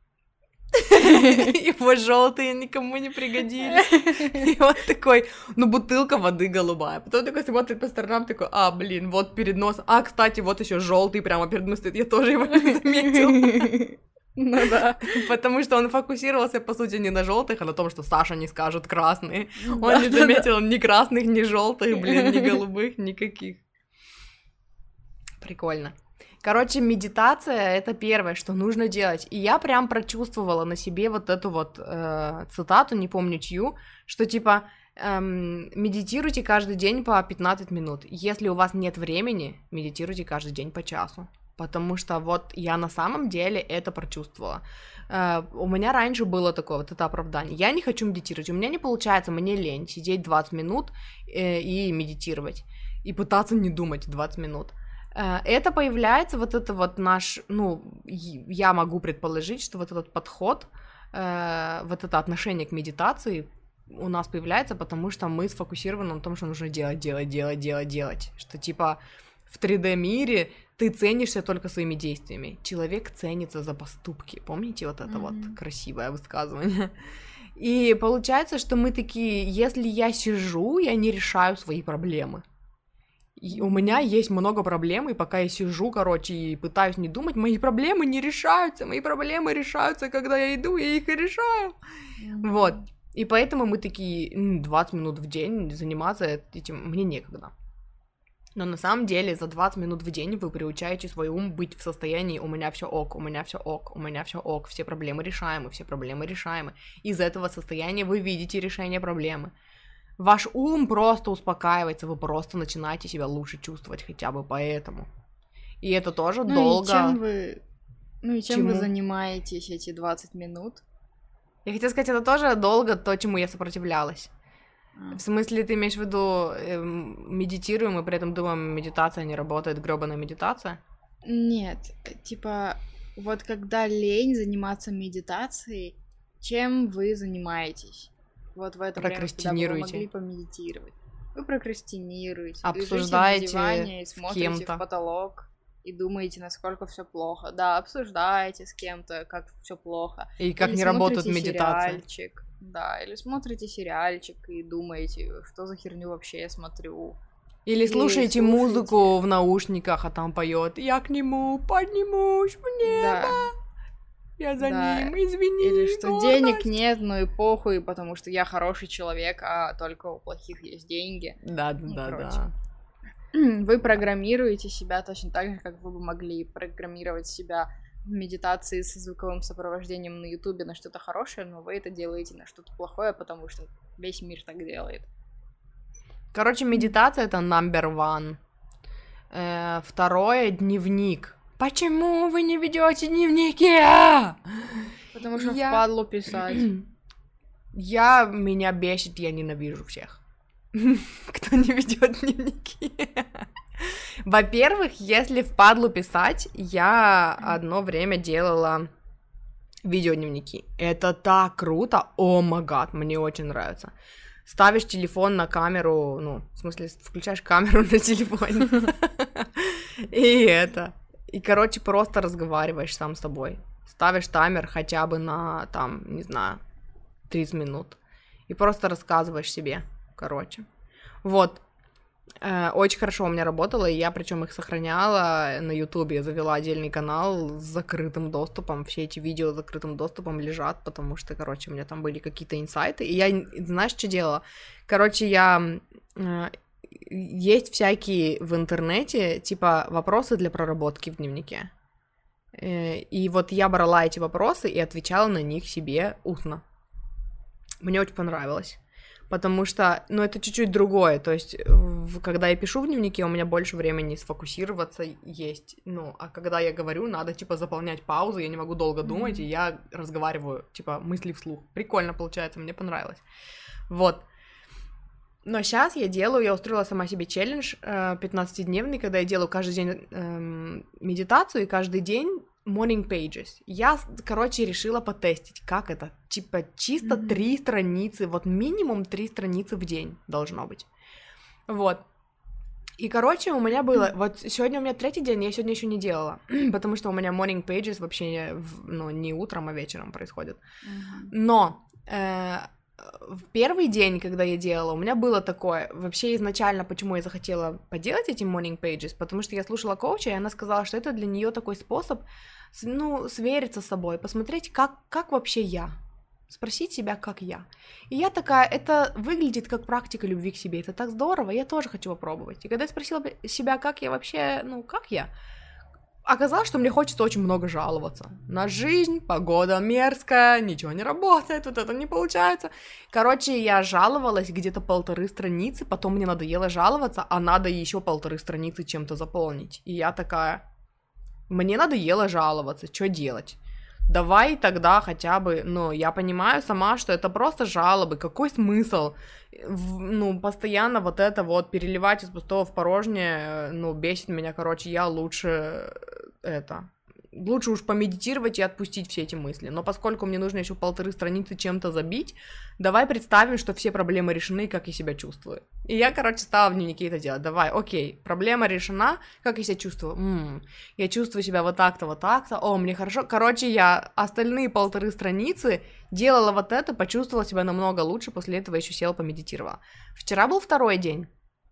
его желтые никому не пригодились. И он такой: ну, бутылка воды голубая. Потом такой смотрит по сторонам, такой: а, блин, вот перед носом. А, кстати, вот еще желтый прямо перед носом стоит. Я тоже его не заметил. Ну да. Потому что он фокусировался, по сути, не на желтых, а на том, что Саша не скажет красные. Он не заметил ни красных, ни желтых, блин, ни голубых, никаких. Прикольно. Короче, медитация — это первое, что нужно делать. И я прям прочувствовала на себе вот эту вот э, цитату, не помню чью, что типа эм, медитируйте каждый день по пятнадцать минут. Если у вас нет времени, медитируйте каждый день по часу. Потому что вот я на самом деле это прочувствовала. Э, у меня раньше было такое вот это оправдание. Я не хочу медитировать, у меня не получается, мне лень сидеть двадцать минут э, и медитировать. И пытаться не думать двадцать минут. Это появляется, вот это вот наш, ну, я могу предположить, что вот этот подход, э, вот это отношение к медитации у нас появляется, потому что мы сфокусированы на том, что нужно делать, делать, делать, делать, делать, что типа в три дэ-мире ты ценишься только своими действиями, человек ценится за поступки, помните вот это mm-hmm. вот красивое высказывание? И получается, что мы такие: если я сижу, я не решаю свои проблемы. И у меня есть много проблем, и пока я сижу, короче, и пытаюсь не думать, мои проблемы не решаются, мои проблемы решаются, когда я иду, я их и решаю. Mm-hmm. Вот, и поэтому мы такие: двадцать минут в день заниматься этим мне некогда. Но на самом деле за двадцать минут в день вы приучаете свой ум быть в состоянии: у меня все ок, у меня все ок, у меня все ок, все проблемы решаемы, все проблемы решаемы. Из этого состояния вы видите решение проблемы. Ваш ум просто успокаивается, вы просто начинаете себя лучше чувствовать хотя бы поэтому. И это тоже ну долго... И чем вы... Ну и чем чему? вы занимаетесь эти двадцать минут? Я хотела сказать, это тоже долго то, чему я сопротивлялась. А. В смысле, ты имеешь в виду, э, медитируем, и при этом думаем, медитация не работает, грёбаная медитация? Нет, типа, вот когда лень заниматься медитацией, чем вы занимаетесь? Вот в это время, когда вы могли помедитировать. Вы прокрастинируете, обсуждаете лежите на диване и смотрите кем-то. в потолок и думаете, насколько все плохо. Да, обсуждаете с кем-то, как все плохо. И как или не работает медитация. Сериальчик. Да, или смотрите сериальчик и думаете, что за херню вообще я смотрю. Или, или слушаете, слушаете музыку в наушниках, а там поет: я к нему поднимусь в небо. Да. Я за да. ним, извини. Или что гордость. Денег нет, ну и похуй, потому что я хороший человек, а только у плохих есть деньги. Да, да, ну, да, короче. да. Вы программируете себя точно так же, как вы бы могли программировать себя в медитации со звуковым сопровождением на Ютубе на что-то хорошее, но вы это делаете на что-то плохое, потому что весь мир так делает. Короче, медитация — это number one. Э, второе — дневник. Почему вы не ведете дневники? Потому что я... впадло писать. Я... Меня бесит, я ненавижу всех, кто не ведет дневники. Во-первых, если впадло писать, я одно время делала видеодневники. Это так круто, о май гад, мне очень нравится. Ставишь телефон на камеру, ну, в смысле, включаешь камеру на телефоне. И это. И, короче, просто разговариваешь сам с собой. Ставишь таймер хотя бы на, там, не знаю, тридцать минут. И просто рассказываешь себе, короче. Вот. Э, очень хорошо у меня работало, и я причем их сохраняла на Ютубе. Я завела отдельный канал с закрытым доступом. Все эти видео с закрытым доступом лежат, потому что, короче, у меня там были какие-то инсайты. И я, знаешь, что делала? Короче, я... Э, есть всякие в интернете, типа, вопросы для проработки в дневнике. Э, и вот я брала эти вопросы и отвечала на них себе устно. Мне очень понравилось. Потому что, ну, это чуть-чуть другое, то есть, в, когда я пишу в дневнике, у меня больше времени сфокусироваться есть, ну, а когда я говорю, надо, типа, заполнять паузы, я не могу долго думать, mm-hmm. и я разговариваю, типа, мысли вслух. Прикольно получается, мне понравилось. Вот. Но сейчас я делаю, я устроила сама себе челлендж э, пятнадцатидневный, когда я делаю каждый день э, медитацию, и каждый день morning pages. Я, короче, решила потестить, как это. Типа, чисто mm-hmm. три страницы, вот минимум три страницы в день должно быть. Вот. И, короче, у меня было... Mm-hmm. Вот сегодня у меня третий день, я сегодня еще не делала, потому что у меня morning pages вообще, ну, не утром, а вечером происходит. Mm-hmm. Но... Э, в первый день, когда я делала, у меня было такое, вообще изначально, почему я захотела поделать эти morning pages, потому что я слушала коуча, и она сказала, что это для нее такой способ, ну, свериться с собой, посмотреть, как, как вообще я, спросить себя, как я. И я такая, это выглядит как практика любви к себе, это так здорово, я тоже хочу попробовать. И когда я спросила себя, как я вообще, ну, как я, оказалось, что мне хочется очень много жаловаться на жизнь, погода мерзкая, ничего не работает, вот это не получается. Короче, я жаловалась где-то полторы страницы, потом мне надоело жаловаться, а надо еще полторы страницы чем-то заполнить. И я такая, мне надоело жаловаться, что делать? Давай тогда хотя бы, ну, я понимаю сама, что это просто жалобы, какой смысл, ну, постоянно вот это вот переливать из пустого в порожнее, ну, бесит меня, короче, я лучше это, лучше уж помедитировать и отпустить все эти мысли, но поскольку мне нужно еще полторы страницы чем-то забить, давай представим, что все проблемы решены, как я себя чувствую. И я, короче, стала в дневнике это делать. Давай, окей, проблема решена, как я себя чувствую? М-м, я чувствую себя вот так-то, вот так-то, о, мне хорошо. Короче, я остальные полторы страницы делала вот это, почувствовала себя намного лучше, после этого еще села, помедитировала. Вчера был второй день.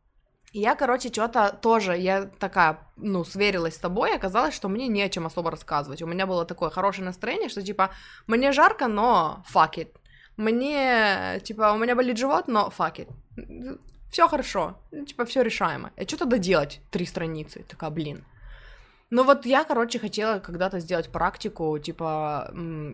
И я, короче, что-то тоже, я такая, ну, сверилась с собой, и оказалось, что мне не о чем особо рассказывать. У меня было такое хорошее настроение, что, типа, мне жарко, но fuck it. Мне, типа, у меня болит живот, но fuck it. Все хорошо, типа, все решаемо. А что тогда делать? Три страницы. Такая, блин. Ну вот я, короче, хотела когда-то сделать практику, типа,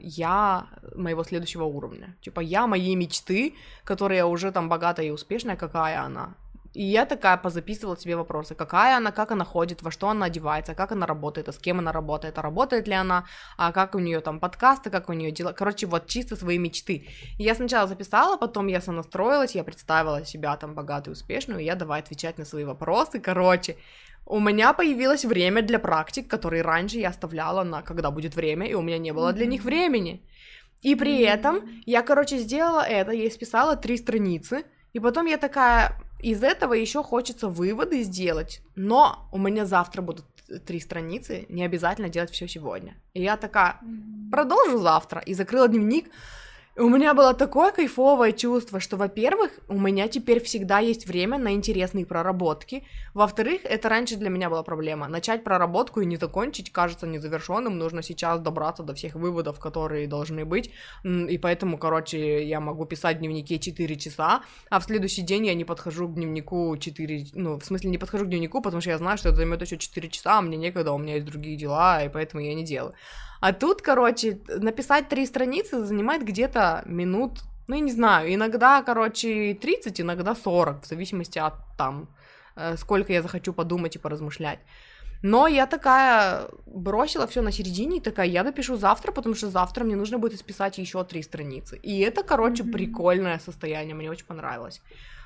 я моего следующего уровня. Типа, я моей мечты, которая уже там богатая и успешная, какая она. И я такая позаписывала себе вопросы, какая она, как она ходит, во что она одевается, как она работает, а с кем она работает, а работает ли она, а как у нее там подкасты, как у нее дела, короче, вот чисто свои мечты. И я сначала записала, потом я сонастроилась, я представила себя там богатой, успешную, и я давай отвечать на свои вопросы, короче. У меня появилось время для практик, которые раньше я оставляла на когда будет время, и у меня не было для них времени. И при этом я, короче, сделала это, я исписала три страницы, и потом я такая, из этого еще хочется выводы сделать, но у меня завтра будут три страницы, не обязательно делать все сегодня. И я такая, продолжу завтра, и закрыла дневник. И у меня было такое кайфовое чувство, что, во-первых, у меня теперь всегда есть время на интересные проработки. Во-вторых, это раньше для меня была проблема. Начать проработку и не закончить кажется незавершенным. Нужно сейчас добраться до всех выводов, которые должны быть. И поэтому, короче, я могу писать в дневнике четыре часа, а в следующий день я не подхожу к дневнику четыре... Ну, в смысле, не подхожу к дневнику, потому что я знаю, что это займет еще четыре часа, а мне некогда, у меня есть другие дела, и поэтому я не делаю. А тут, короче, написать три страницы занимает где-то минут, ну, я не знаю, иногда, короче, тридцать, иногда сорок, в зависимости от, там, сколько я захочу подумать и поразмышлять. Но я такая бросила все на середине, и такая, я допишу завтра, потому что завтра мне нужно будет исписать еще три страницы. И это, короче, mm-hmm. прикольное состояние, мне очень понравилось.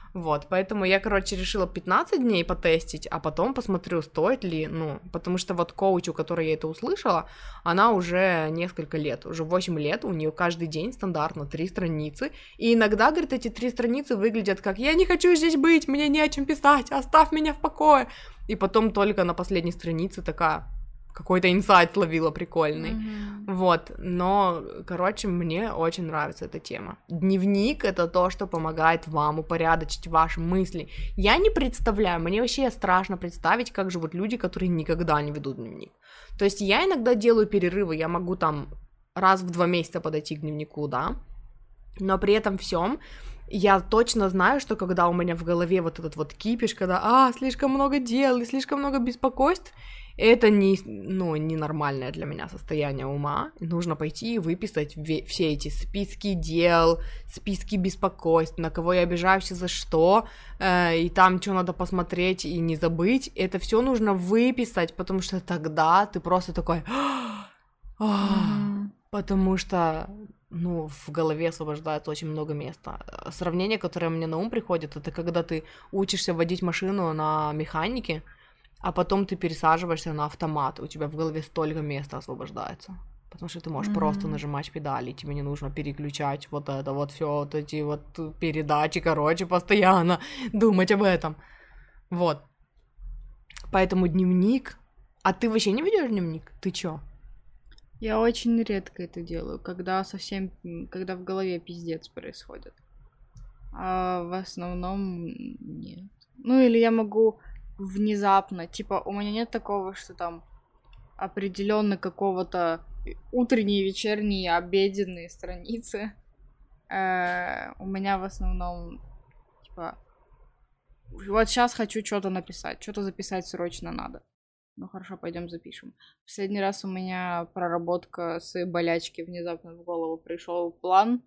Вот, поэтому я, короче, решила пятнадцать дней потестить, а потом посмотрю, стоит ли, ну, потому что вот коуч, у которой я это услышала, она уже несколько лет, уже восемь лет, у нее каждый день стандартно три страницы, и иногда, говорит, эти три страницы выглядят как «я не хочу здесь быть, мне не о чем писать, оставь меня в покое», и потом только на последней странице такая... какой-то инсайт словила прикольный, mm-hmm. вот, но, короче, мне очень нравится эта тема. Дневник — это то, что помогает вам упорядочить ваши мысли. Я не представляю, мне вообще страшно представить, как живут люди, которые никогда не ведут дневник. То есть я иногда делаю перерывы, я могу там раз в два месяца подойти к дневнику, да, но при этом всем я точно знаю, что когда у меня в голове вот этот вот кипиш, когда, а, слишком много дел и слишком много беспокойств, это не, ну, ненормальное для меня состояние ума. Нужно пойти и выписать ве- все эти списки дел, списки беспокойств, на кого я обижаюсь и за что, э, и там что надо посмотреть и не забыть. Это все нужно выписать, потому что тогда ты просто такой... Mm-hmm. Потому что... ну, в голове освобождается очень много места. Сравнение, которое мне на ум приходит, это когда ты учишься водить машину на механике, а потом ты пересаживаешься на автомат, у тебя в голове столько места освобождается. Потому что ты можешь mm-hmm. просто нажимать педали, тебе не нужно переключать вот это, вот все, вот эти вот передачи, короче, постоянно думать об этом. Вот. Поэтому дневник... А ты вообще не ведешь дневник? Ты чё? Я очень редко это делаю, когда совсем, когда в голове пиздец происходит. А в основном нет. Ну или я могу внезапно, типа у меня нет такого, что там определенно какого-то утренние, вечерние, обеденные страницы. Э-э- у меня в основном типа вот сейчас хочу что-то написать, что-то записать срочно надо. Ну хорошо, пойдем запишем. Последний раз у меня проработка с болячки, внезапно в голову пришел план,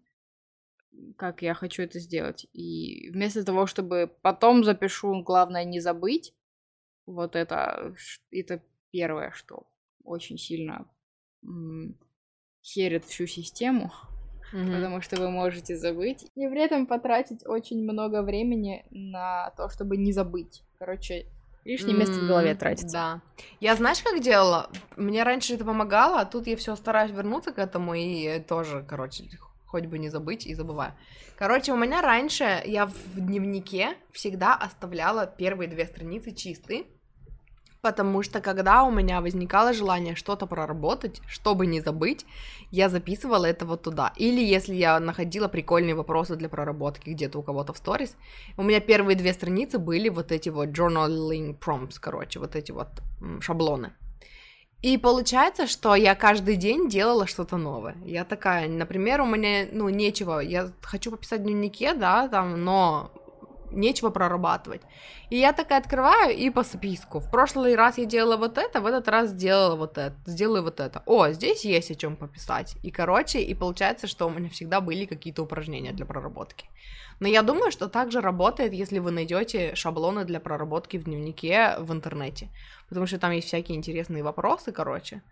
как я хочу это сделать. И вместо того, чтобы потом запишу, главное не забыть, вот это, это первое, что очень сильно м- херит всю систему, mm-hmm. потому что вы можете забыть. И при этом потратить очень много времени на то, чтобы не забыть. Короче... лишнее место mm, в голове тратится. Да. Я знаешь, как делала? Мне раньше это помогало, а тут я все стараюсь вернуться к этому и тоже, короче, хоть бы не забыть и забываю. Короче, у меня раньше я в дневнике всегда оставляла первые две страницы чистые, потому что когда у меня возникало желание что-то проработать, чтобы не забыть, я записывала это вот туда. Или если я находила прикольные вопросы для проработки где-то у кого-то в сторис, у меня первые две страницы были вот эти вот journaling prompts, короче, вот эти вот м, шаблоны. И получается, что я каждый день делала что-то новое. Я такая, например, у меня, ну, нечего, я хочу пописать в дневнике, да, там, но... нечего прорабатывать. И я такая открываю и по списку. В прошлый раз я делала вот это, в этот раз сделала вот это, сделаю вот это. О, здесь есть о чем пописать. И, короче, и получается, что у меня всегда были какие-то упражнения для проработки. Но я думаю, что также работает, если вы найдете шаблоны для проработки в дневнике в интернете. Потому что там есть всякие интересные вопросы, короче.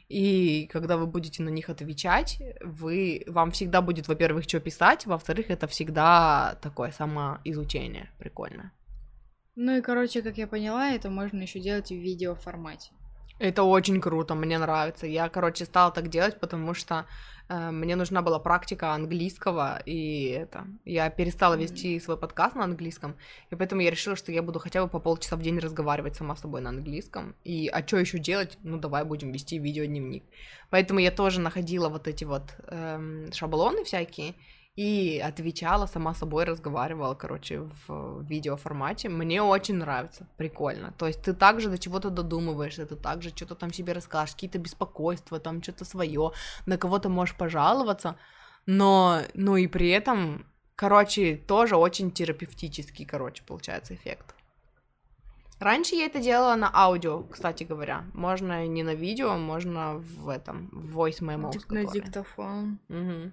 И когда вы будете на них отвечать, вы, вам всегда будет, во-первых, что писать, во-вторых, это всегда такое самоизучение прикольное. Ну и, короче, как я поняла, это можно еще делать в видеоформате. Это очень круто, мне нравится. Я, короче, стала так делать, потому что э, мне нужна была практика английского, и это... Я перестала вести свой подкаст на английском, и поэтому я решила, что я буду хотя бы по полчаса в день разговаривать сама с собой на английском. И а что еще делать? Ну, давай будем вести видеодневник. Поэтому я тоже находила вот эти вот эм, шаблоны всякие, и отвечала, сама собой разговаривала, короче, в видеоформате. Мне очень нравится, прикольно. То есть ты также до чего-то додумываешься, ты также что-то там себе расскажешь, какие-то беспокойства, там что-то свое, на кого-то можешь пожаловаться, но, ну и при этом, короче, тоже очень терапевтический, короче, получается эффект. Раньше я это делала на аудио, кстати говоря. Можно не на видео, можно в этом, в voice memos. На диктофон. Угу.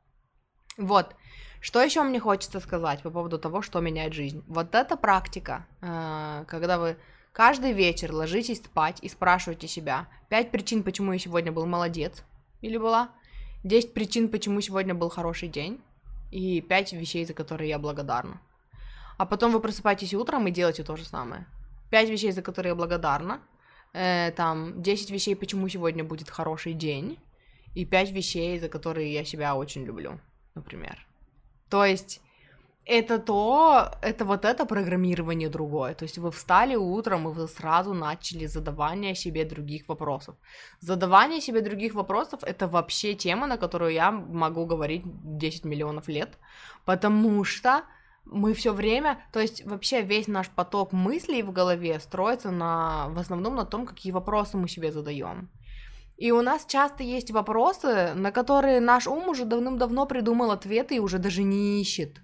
Вот, что еще мне хочется сказать по поводу того, что меняет жизнь. Вот эта практика, когда вы каждый вечер ложитесь спать и спрашиваете себя пять причин, почему я сегодня был молодец или была, десять причин, почему сегодня был хороший день, и пять вещей, за которые я благодарна. а потом вы просыпаетесь утром и делаете то же самое. Пять вещей, за которые я благодарна, э, там, десять вещей, почему сегодня будет хороший день, и пять вещей, за которые я себя очень люблю, например. То есть это то, это вот это программирование другое. То есть вы встали утром, и вы сразу начали задавание себе других вопросов. Задавание себе других вопросов — это вообще тема, на которую я могу говорить десять миллионов лет, потому что мы все время, то есть вообще весь наш поток мыслей в голове строится на, в основном на том, какие вопросы мы себе задаем. И у нас часто есть вопросы, на которые наш ум уже давным-давно придумал ответы и уже даже не ищет.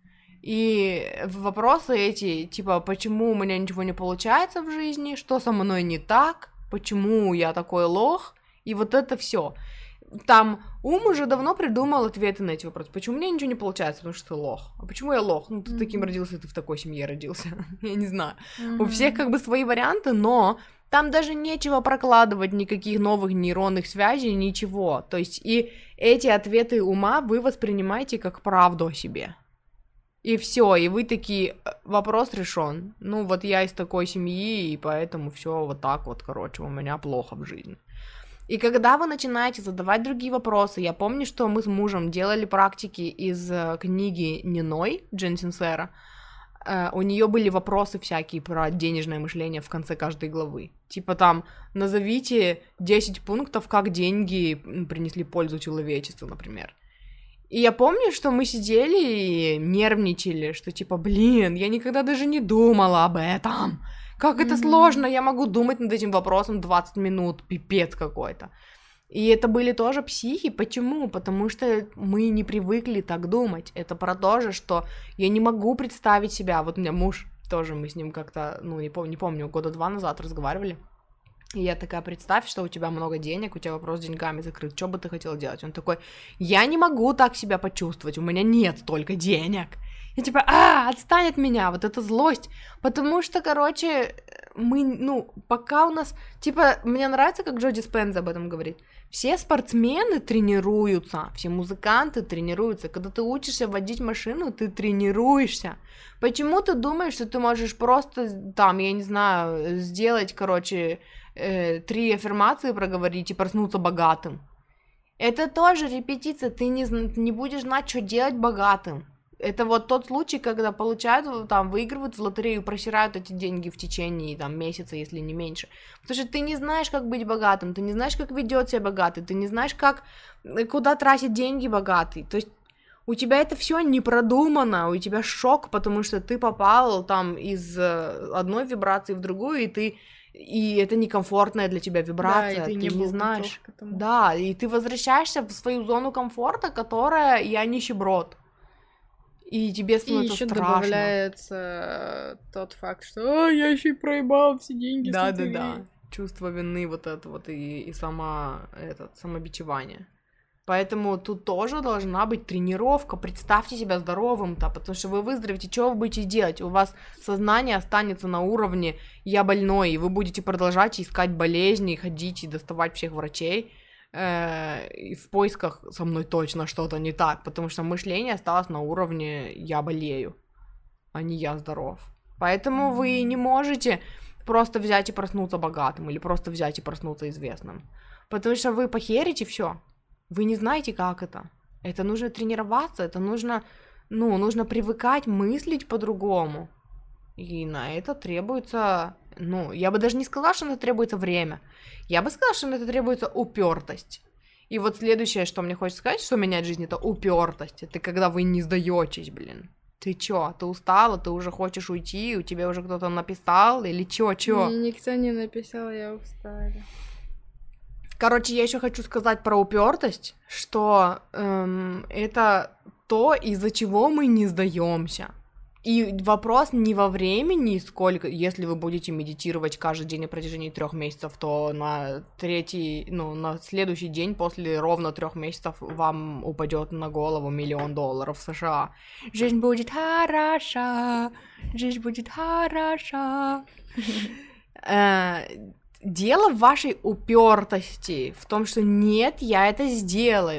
И вопросы эти, типа, почему у меня ничего не получается в жизни, что со мной не так, почему я такой лох, и вот это все. Там ум уже давно придумал ответы на эти вопросы. Почему у меня ничего не получается, потому что ты лох. А почему я лох? Ну, ты mm-hmm. таким родился, ты в такой семье родился. Я не знаю. Mm-hmm. У всех как бы свои варианты, но там даже нечего прокладывать никаких новых нейронных связей, ничего. То есть и эти ответы ума вы воспринимаете как правду о себе. И все, и вы такие, вопрос решен. Ну, вот я из такой семьи, и поэтому все вот так вот, короче, у меня плохо в жизни. И когда вы начинаете задавать другие вопросы, я помню, что мы с мужем делали практики из книги Ниной Джен Синсера. У нее были вопросы всякие про денежное мышление в конце каждой главы. Типа там, назовите десять пунктов, как деньги принесли пользу человечеству, например. И я помню, что мы сидели и нервничали, что типа, блин, я никогда даже не думала об этом. Как это mm-hmm. сложно, я могу думать над этим вопросом двадцать минут, пипец какой-то. И это были тоже психи. Почему? Потому что мы не привыкли так думать. Это про то же, что я не могу представить себя. Вот у меня муж тоже, мы с ним как-то, ну, не помню, не помню, года два назад разговаривали. И я такая, представь, что у тебя много денег, у тебя вопрос с деньгами закрыт, что бы ты хотела делать? Он такой, я не могу так себя почувствовать, у меня нет столько денег. Я типа, а, отстань от меня, вот это злость. Потому что, короче, мы, ну, пока у нас, типа, мне нравится, как Джо Диспенза об этом говорит. Все спортсмены тренируются, все музыканты тренируются. Когда ты учишься водить машину, ты тренируешься. Почему ты думаешь, что ты можешь просто, там, я не знаю, сделать, короче, э, три аффирмации проговорить и проснуться богатым? Это тоже репетиция, ты не, не будешь знать, что делать богатым. Это вот тот случай, когда получают, там, выигрывают в лотерею, просирают эти деньги в течение, там, месяца, если не меньше. Потому что ты не знаешь, как быть богатым, ты не знаешь, как ведет себя богатый, ты не знаешь, как, куда тратить деньги богатый. То есть у тебя это все не продумано, у тебя шок, потому что ты попал, там, из одной вибрации в другую, и ты... И это некомфортная для тебя вибрация, да, и ты, ты не, не знаешь. Да, и ты возвращаешься в свою зону комфорта, которая я нищеброд. И тебе становится и еще страшно. Добавляется тот факт, что «А, я еще и проебал все деньги». Да-да-да, чувство вины вот это вот и, и сама, этот, самобичевание. Поэтому тут тоже должна быть тренировка. Представьте себя здоровым-то, потому что вы выздоровеете, что вы будете делать? У вас сознание останется на уровне «я больной», и вы будете продолжать искать болезни, ходить и доставать всех врачей. И в поисках со мной точно что-то не так, потому что мышление осталось на уровне «я болею», а не «я здоров». Поэтому mm-hmm. вы не можете просто взять и проснуться богатым или просто взять и проснуться известным, потому что вы похерите все. Вы не знаете, как это. Это нужно тренироваться, это нужно, ну, нужно привыкать мыслить по-другому. И на это требуется... Ну, я бы даже не сказала, что на это требуется время. Я бы сказала, что на это требуется упертость. И вот следующее, что мне хочется сказать, что меняет жизнь, это упертость. Это когда вы не сдаетесь, блин. Ты чё, ты устала, ты уже хочешь уйти, у тебя уже кто-то написал, или чё, чё? Мне никто не написал, я устала. Короче, я еще хочу сказать про упертость, что эм, это то, из-за чего мы не сдаемся. И вопрос не во времени, сколько, если вы будете медитировать каждый день на протяжении трех месяцев, то на третий, ну, на следующий день после ровно трех месяцев вам упадет на голову миллион долларов в США. Жизнь будет хороша, жизнь будет хороша. Дело в вашей упертости, в том, что нет, я это сделаю.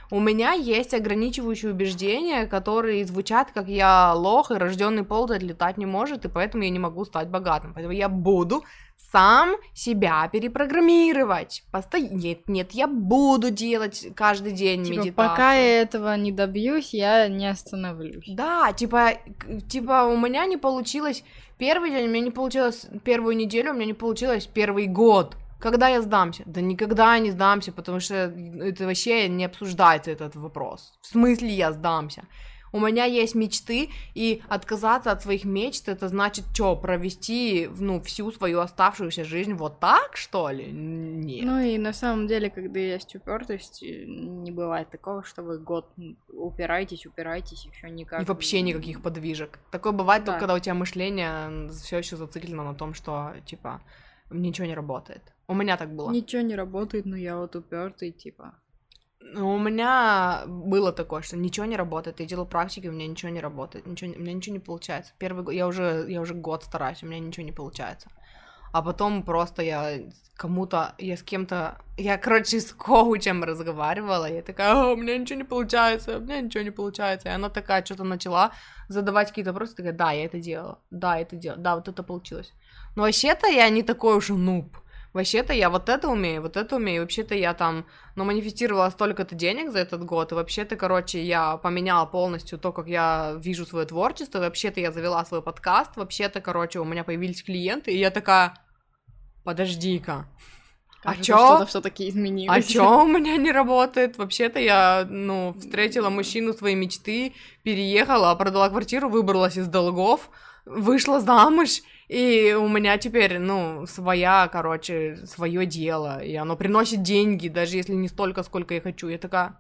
У меня есть ограничивающие убеждения, которые звучат, как я лох, и рожденный ползать летать не может, и поэтому я не могу стать богатым. Поэтому я буду сам себя перепрограммировать. Посто... Нет, нет, я буду делать каждый день типа, медитацию. Пока я этого не добьюсь, я не остановлюсь. Да, типа, типа у меня не получилось первый день, у меня не получилось первую неделю, у меня не получилось первый год. Когда я сдамся? Да никогда не сдамся, потому что это вообще не обсуждается этот вопрос. В смысле я сдамся? У меня есть мечты, и отказаться от своих мечт, это значит, что, провести, ну, всю свою оставшуюся жизнь вот так, что ли? Нет. Ну и на самом деле, когда есть упертость, не бывает такого, что вы год упираетесь, упираетесь, и все никак. И вообще никаких подвижек. Такое бывает да. только, когда у тебя мышление все еще зациклено на том, что, типа, ничего не работает. У меня так было. Ничего не работает, но я вот упертый, типа. У меня было такое, что ничего не работает. Я делаю практики, у меня ничего не работает, ничего, у меня ничего не получается. Первый год, я уже, я уже год стараюсь, у меня ничего не получается. А потом просто я кому-то, я с кем-то, я, короче, с коучем разговаривала, я такая, а, у меня ничего не получается, у меня ничего не получается. И она такая что-то начала задавать какие-то вопросы, такая, да, я это делала, да, это делала, да, вот это получилось. Но вообще-то я не такой уж и нуб. Вообще-то я вот это умею, вот это умею, вообще-то я там, ну, манифестировала столько-то денег за этот год, и вообще-то, короче, я поменяла полностью то, как я вижу свое творчество, и вообще-то я завела свой подкаст, вообще-то, короче, у меня появились клиенты, и я такая, подожди-ка, а чё? Что-то всё-таки изменилось. А чё у меня не работает? Вообще-то я, ну, встретила мужчину своей мечты, переехала, продала квартиру, выбралась из долгов, вышла замуж, и у меня теперь, ну, своя, короче, свое дело, и оно приносит деньги, даже если не столько, сколько я хочу. Я такая,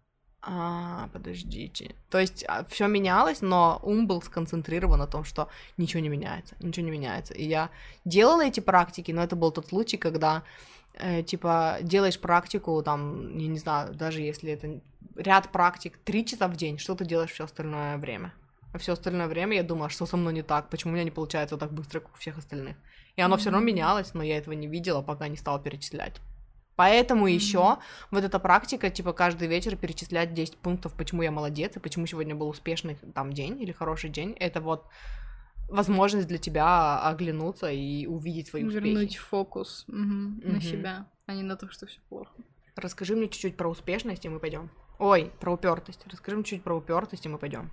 а, подождите. То есть все менялось, но ум был сконцентрирован на том, что ничего не меняется, ничего не меняется. И я делала эти практики, но это был тот случай, когда, э, типа, делаешь практику, там, я не знаю, даже если это ряд практик, три часа в день, что ты делаешь все остальное время? А все остальное время я думала, что со мной не так, почему у меня не получается так быстро, как у всех остальных. И оно mm-hmm. все равно менялось, но я этого не видела, пока не стала перечислять. Поэтому mm-hmm. еще вот эта практика, типа, каждый вечер перечислять десять пунктов, почему я молодец, и почему сегодня был успешный там день или хороший день, это вот возможность для тебя оглянуться и увидеть свои успехи. Вернуть фокус угу, mm-hmm. на себя, а не на то, что все плохо. Расскажи мне чуть-чуть про успешность, и мы пойдем. Ой, про упертость. Расскажи мне чуть-чуть про упертость, и мы пойдем.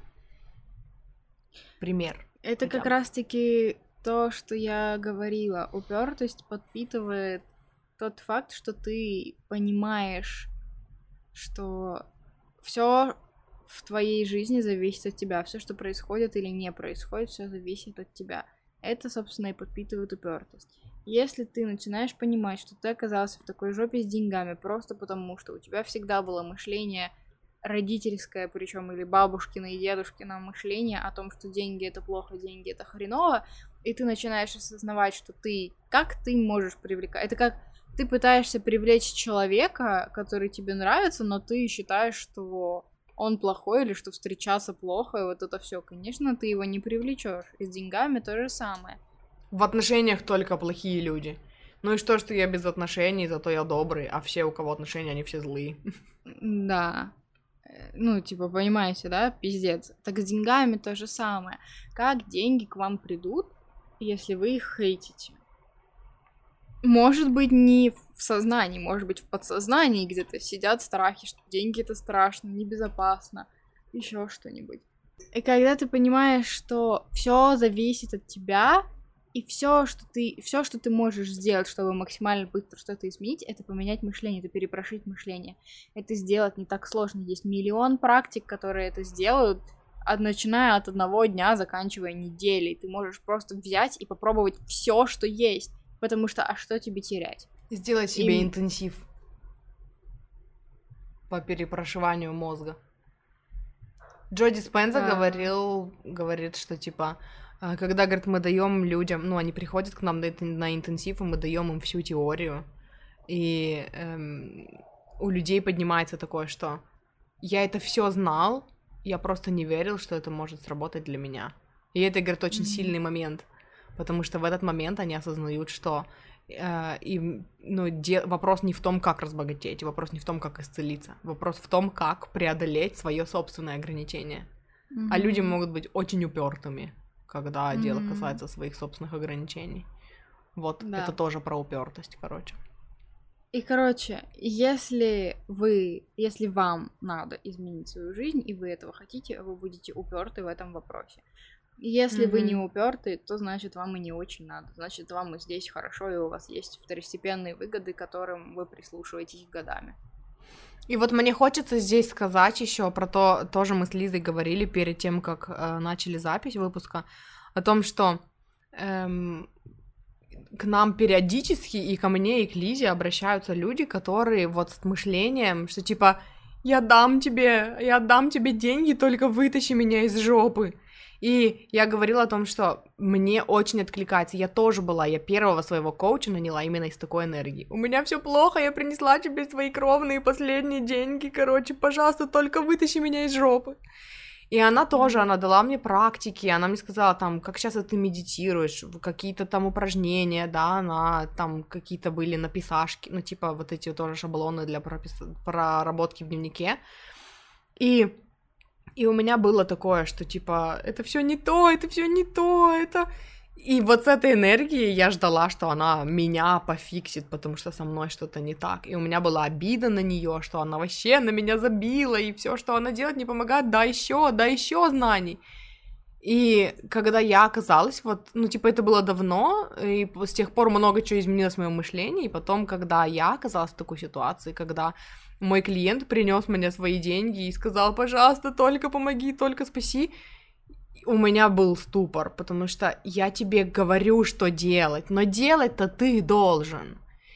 Пример. Это как раз-таки то, что я говорила. Упертость подпитывает тот факт, что ты понимаешь, что все в твоей жизни зависит от тебя. Все, что происходит или не происходит, все зависит от тебя. Это, собственно, и подпитывает упертость. Если ты начинаешь понимать, что ты оказался в такой жопе с деньгами просто потому, что у тебя всегда было мышление родительское, причем или бабушкино и дедушкино мышление о том, что деньги это плохо, деньги это хреново, и ты начинаешь осознавать, что ты, как ты можешь привлекать, это как ты пытаешься привлечь человека, который тебе нравится, но ты считаешь, что он плохой или что встречаться плохо, и вот это все, конечно, ты его не привлечешь. И с деньгами то же самое. В отношениях только плохие люди. Ну и что, что я без отношений, зато я добрый, а все, у кого отношения, они все злые. Да. Ну, типа, понимаете, да, пиздец. Так с деньгами то же самое. Как деньги к вам придут, если вы их хейтите? Может быть, не в сознании, может быть, в подсознании где-то сидят страхи, что деньги это страшно, небезопасно, еще что-нибудь. И когда ты понимаешь, что все зависит от тебя, и все, что ты, все, что ты можешь сделать, чтобы максимально быстро что-то изменить, это поменять мышление, это перепрошить мышление. Это сделать не так сложно. Есть миллион практик, которые это сделают, от, начиная от одного дня, заканчивая неделей. Ты можешь просто взять и попробовать все, что есть. Потому что, а что тебе терять? Сделать себе и... интенсив по перепрошиванию мозга. Джо Диспенза да. говорил, говорит, что, типа, когда, говорит, мы даем людям, ну, они приходят к нам на, на интенсив, и мы даем им всю теорию, и эм, у людей поднимается такое, что я это все знал, я просто не верил, что это может сработать для меня. И это, говорит, очень mm-hmm. сильный момент. Потому что в этот момент они осознают, что э, и, ну, де- вопрос не в том, как разбогатеть, вопрос не в том, как исцелиться, вопрос в том, как преодолеть свое собственное ограничение. Mm-hmm. А люди могут быть очень упертыми, когда mm-hmm. дело касается своих собственных ограничений. Вот, да. Это тоже про упертость, короче. И, короче, если вы, если вам надо изменить свою жизнь, и вы этого хотите, вы будете уперты в этом вопросе. Если mm-hmm. вы не уперты, то значит вам и не очень надо. Значит, вам и здесь хорошо, и у вас есть второстепенные выгоды, к которым вы прислушиваетесь годами. И вот мне хочется здесь сказать еще про то, тоже мы с Лизой говорили перед тем, как э, начали запись выпуска, о том, что эм, к нам периодически и ко мне, и к Лизе обращаются люди, которые вот с мышлением, что типа «я дам тебе, я дам тебе деньги, только вытащи меня из жопы». И я говорила о том, что мне очень откликается. Я тоже была, я первого своего коуча наняла именно из такой энергии. У меня все плохо, я принесла тебе свои кровные последние деньги, короче, пожалуйста, только вытащи меня из жопы. И она тоже, она дала мне практики, она мне сказала, там, как часто ты медитируешь, какие-то там упражнения, да, она, там, какие-то были написашки, ну, типа, вот эти тоже шаблоны для пропис... проработки в дневнике. И... И у меня было такое, что, типа, это все не то, это все не то, это... И вот с этой энергией я ждала, что она меня пофиксит, потому что со мной что-то не так. И у меня была обида на нее, что она вообще на меня забила, и все, что она делает, не помогает, да еще, да еще знаний. И когда я оказалась, вот, ну, типа, это было давно, и с тех пор много чего изменилось в моем мышлении, и потом, когда я оказалась в такой ситуации, когда мой клиент принес мне свои деньги и сказал, пожалуйста, только помоги, только спаси, у меня был ступор, потому что я тебе говорю, что делать, но делать-то ты должен.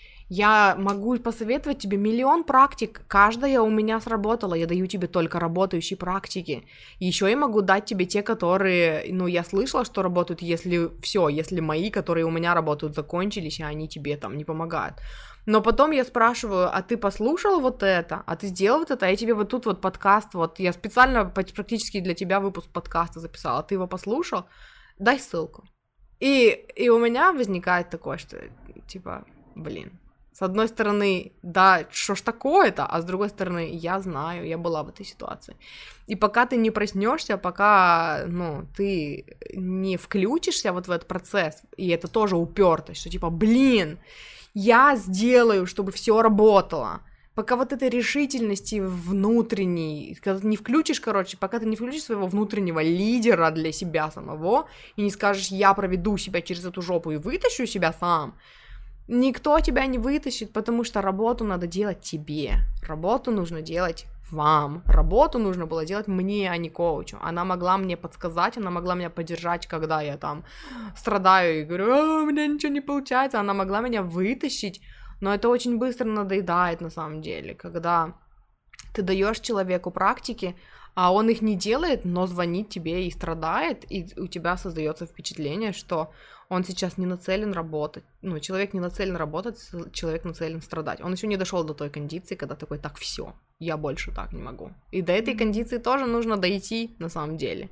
Я могу посоветовать тебе миллион практик, каждая у меня сработала, я даю тебе только работающие практики. Еще я могу дать тебе те, которые, ну, я слышала, что работают, если все, если мои, которые у меня работают, закончились, и они тебе там не помогают. Но потом я спрашиваю, а ты послушал вот это, а ты сделал вот это, а я тебе вот тут вот подкаст, вот я специально практически для тебя выпуск подкаста записала, ты его послушал, дай ссылку. И, и у меня возникает такое, что типа, блин, с одной стороны, да, что ж такое-то, а с другой стороны, я знаю, я была в этой ситуации. И пока ты не проснешься, пока, ну, ты не включишься вот в этот процесс, и это тоже упертость, что типа, блин, я сделаю, чтобы все работало. Пока вот этой решительности внутренней, когда ты не включишь, короче, пока ты не включишь своего внутреннего лидера для себя самого, и не скажешь, я проведу себя через эту жопу и вытащу себя сам, никто тебя не вытащит, потому что работу надо делать тебе, работу нужно делать вам, работу нужно было делать мне, а не коучу. Она могла мне подсказать, она могла меня поддержать, когда я там страдаю и говорю, а, у меня ничего не получается, она могла меня вытащить, но это очень быстро надоедает на самом деле, когда ты даешь человеку практики, а он их не делает, но звонит тебе и страдает, и у тебя создается впечатление, что он сейчас не нацелен работать. Ну, человек не нацелен работать, человек нацелен страдать. Он еще не дошел до той кондиции, когда такой, так, все, я больше так не могу. И до этой кондиции тоже нужно дойти, на самом деле.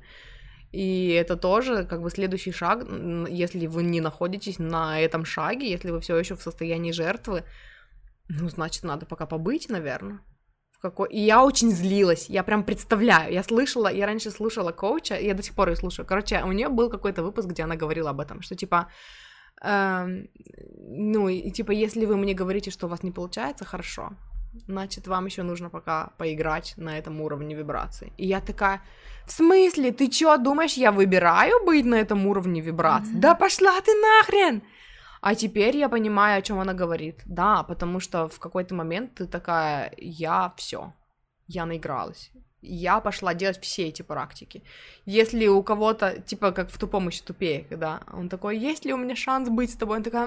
И это тоже как бы следующий шаг, если вы не находитесь на этом шаге, если вы все еще в состоянии жертвы, ну, значит, надо пока побыть, наверное. Какой... И я очень злилась, я прям представляю, я слышала, я раньше слушала коуча, и я до сих пор ее слушаю, короче, у нее был какой-то выпуск, где она говорила об этом, что типа, э, ну, и типа, если вы мне говорите, что у вас не получается, хорошо, значит, вам еще нужно пока поиграть на этом уровне вибраций. И я такая, в смысле, ты чё, думаешь, я выбираю быть на этом уровне вибраций? Mm-hmm. Да пошла ты нахрен! А теперь я понимаю, о чем она говорит. Да, потому что в какой-то момент ты такая, я все, я наигралась. Я пошла делать все эти практики. Если у кого-то, типа, как в «Тупом еще тупее», когда он такой, есть ли у меня шанс быть с тобой? Он такая,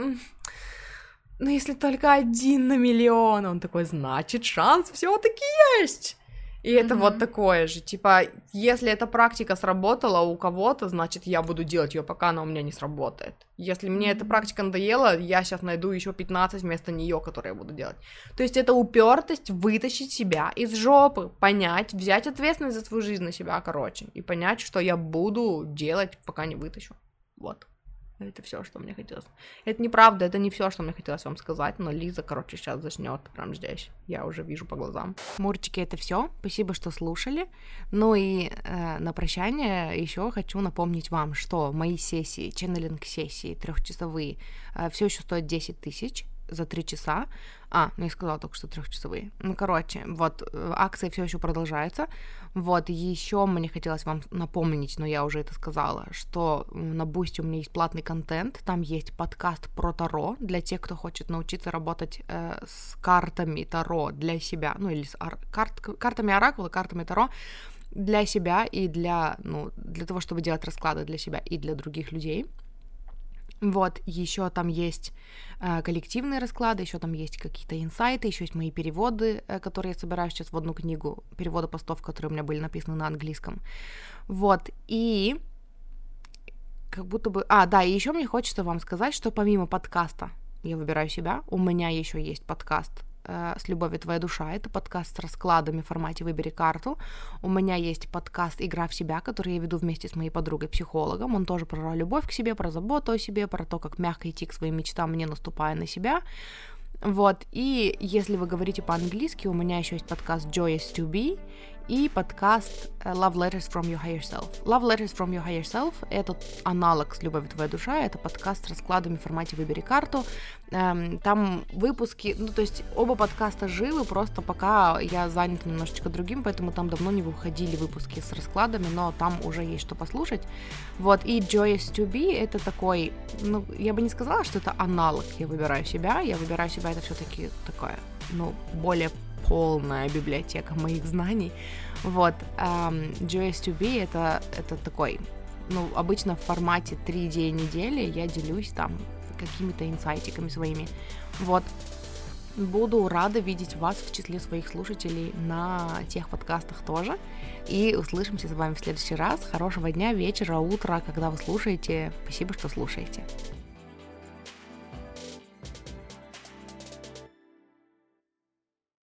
ну если только один на миллион. Он такой, значит, шанс все-таки есть. И mm-hmm. это вот такое же, типа, если эта практика сработала у кого-то, значит, я буду делать ее, пока она у меня не сработает. Если мне mm-hmm. эта практика надоела, я сейчас найду еще пятнадцать вместо нее, которые я буду делать. То есть это упертость вытащить себя из жопы, понять, взять ответственность за свою жизнь на себя, короче, и понять, что я буду делать, пока не вытащу. Вот. Это все, что мне хотелось. Это неправда, это не все, что мне хотелось вам сказать, но Лиза, короче, сейчас зачнет прямо здесь. Я уже вижу по глазам. Мурчики, это все. Спасибо, что слушали. Ну и э, на прощание еще хочу напомнить вам, что мои сессии, ченнелинг-сессии трехчасовые, э, все еще стоят десять тысяч за три часа. А, ну я сказала только что трехчасовые. Ну, короче, вот, акция все еще продолжается. Вот, еще мне хотелось вам напомнить, но я уже это сказала, что на Бусти у меня есть платный контент, там есть подкаст про Таро для тех, кто хочет научиться работать э, с картами Таро для себя, ну, или с ар- карт- картами Оракула, картами Таро для себя и для, ну, для того, чтобы делать расклады для себя и для других людей. Вот, еще там есть э, коллективные расклады, еще там есть какие-то инсайты, еще есть мои переводы, э, которые я собираю сейчас в одну книгу, переводы постов, которые у меня были написаны на английском. Вот, и как будто бы... А, да, и еще мне хочется вам сказать, что помимо подкаста «Я выбираю себя», у меня еще есть подкаст «С любовью твоя душа». Это подкаст с раскладами в формате «Выбери карту». У меня есть подкаст «Игра в себя», который я веду вместе с моей подругой-психологом. Он тоже про любовь к себе, про заботу о себе, про то, как мягко идти к своим мечтам, не наступая на себя. Вот, и если вы говорите по-английски, у меня еще есть подкаст Joy is to be и подкаст Love Letters from Your Higher Self. Love Letters from Your Higher Self — это аналог «С любовью твоя душа», это подкаст с раскладами в формате «Выбери карту». Эм, там выпуски, ну, то есть оба подкаста живы, просто пока я занята немножечко другим, поэтому там давно не выходили выпуски с раскладами, но там уже есть что послушать. Вот, и Joy is to be — это такой, ну, я бы не сказала, что это аналог «Я выбираю себя», «Я выбираю себя» — это все-таки такая, ну, более полная библиотека моих знаний. Вот, um, Joy is to be — это, это такой, ну, обычно в формате три дня недели я делюсь там какими-то инсайтиками своими. Вот, буду рада видеть вас в числе своих слушателей на тех подкастах тоже. И услышимся с вами в следующий раз. Хорошего дня, вечера, утра, когда вы слушаете. Спасибо, что слушаете.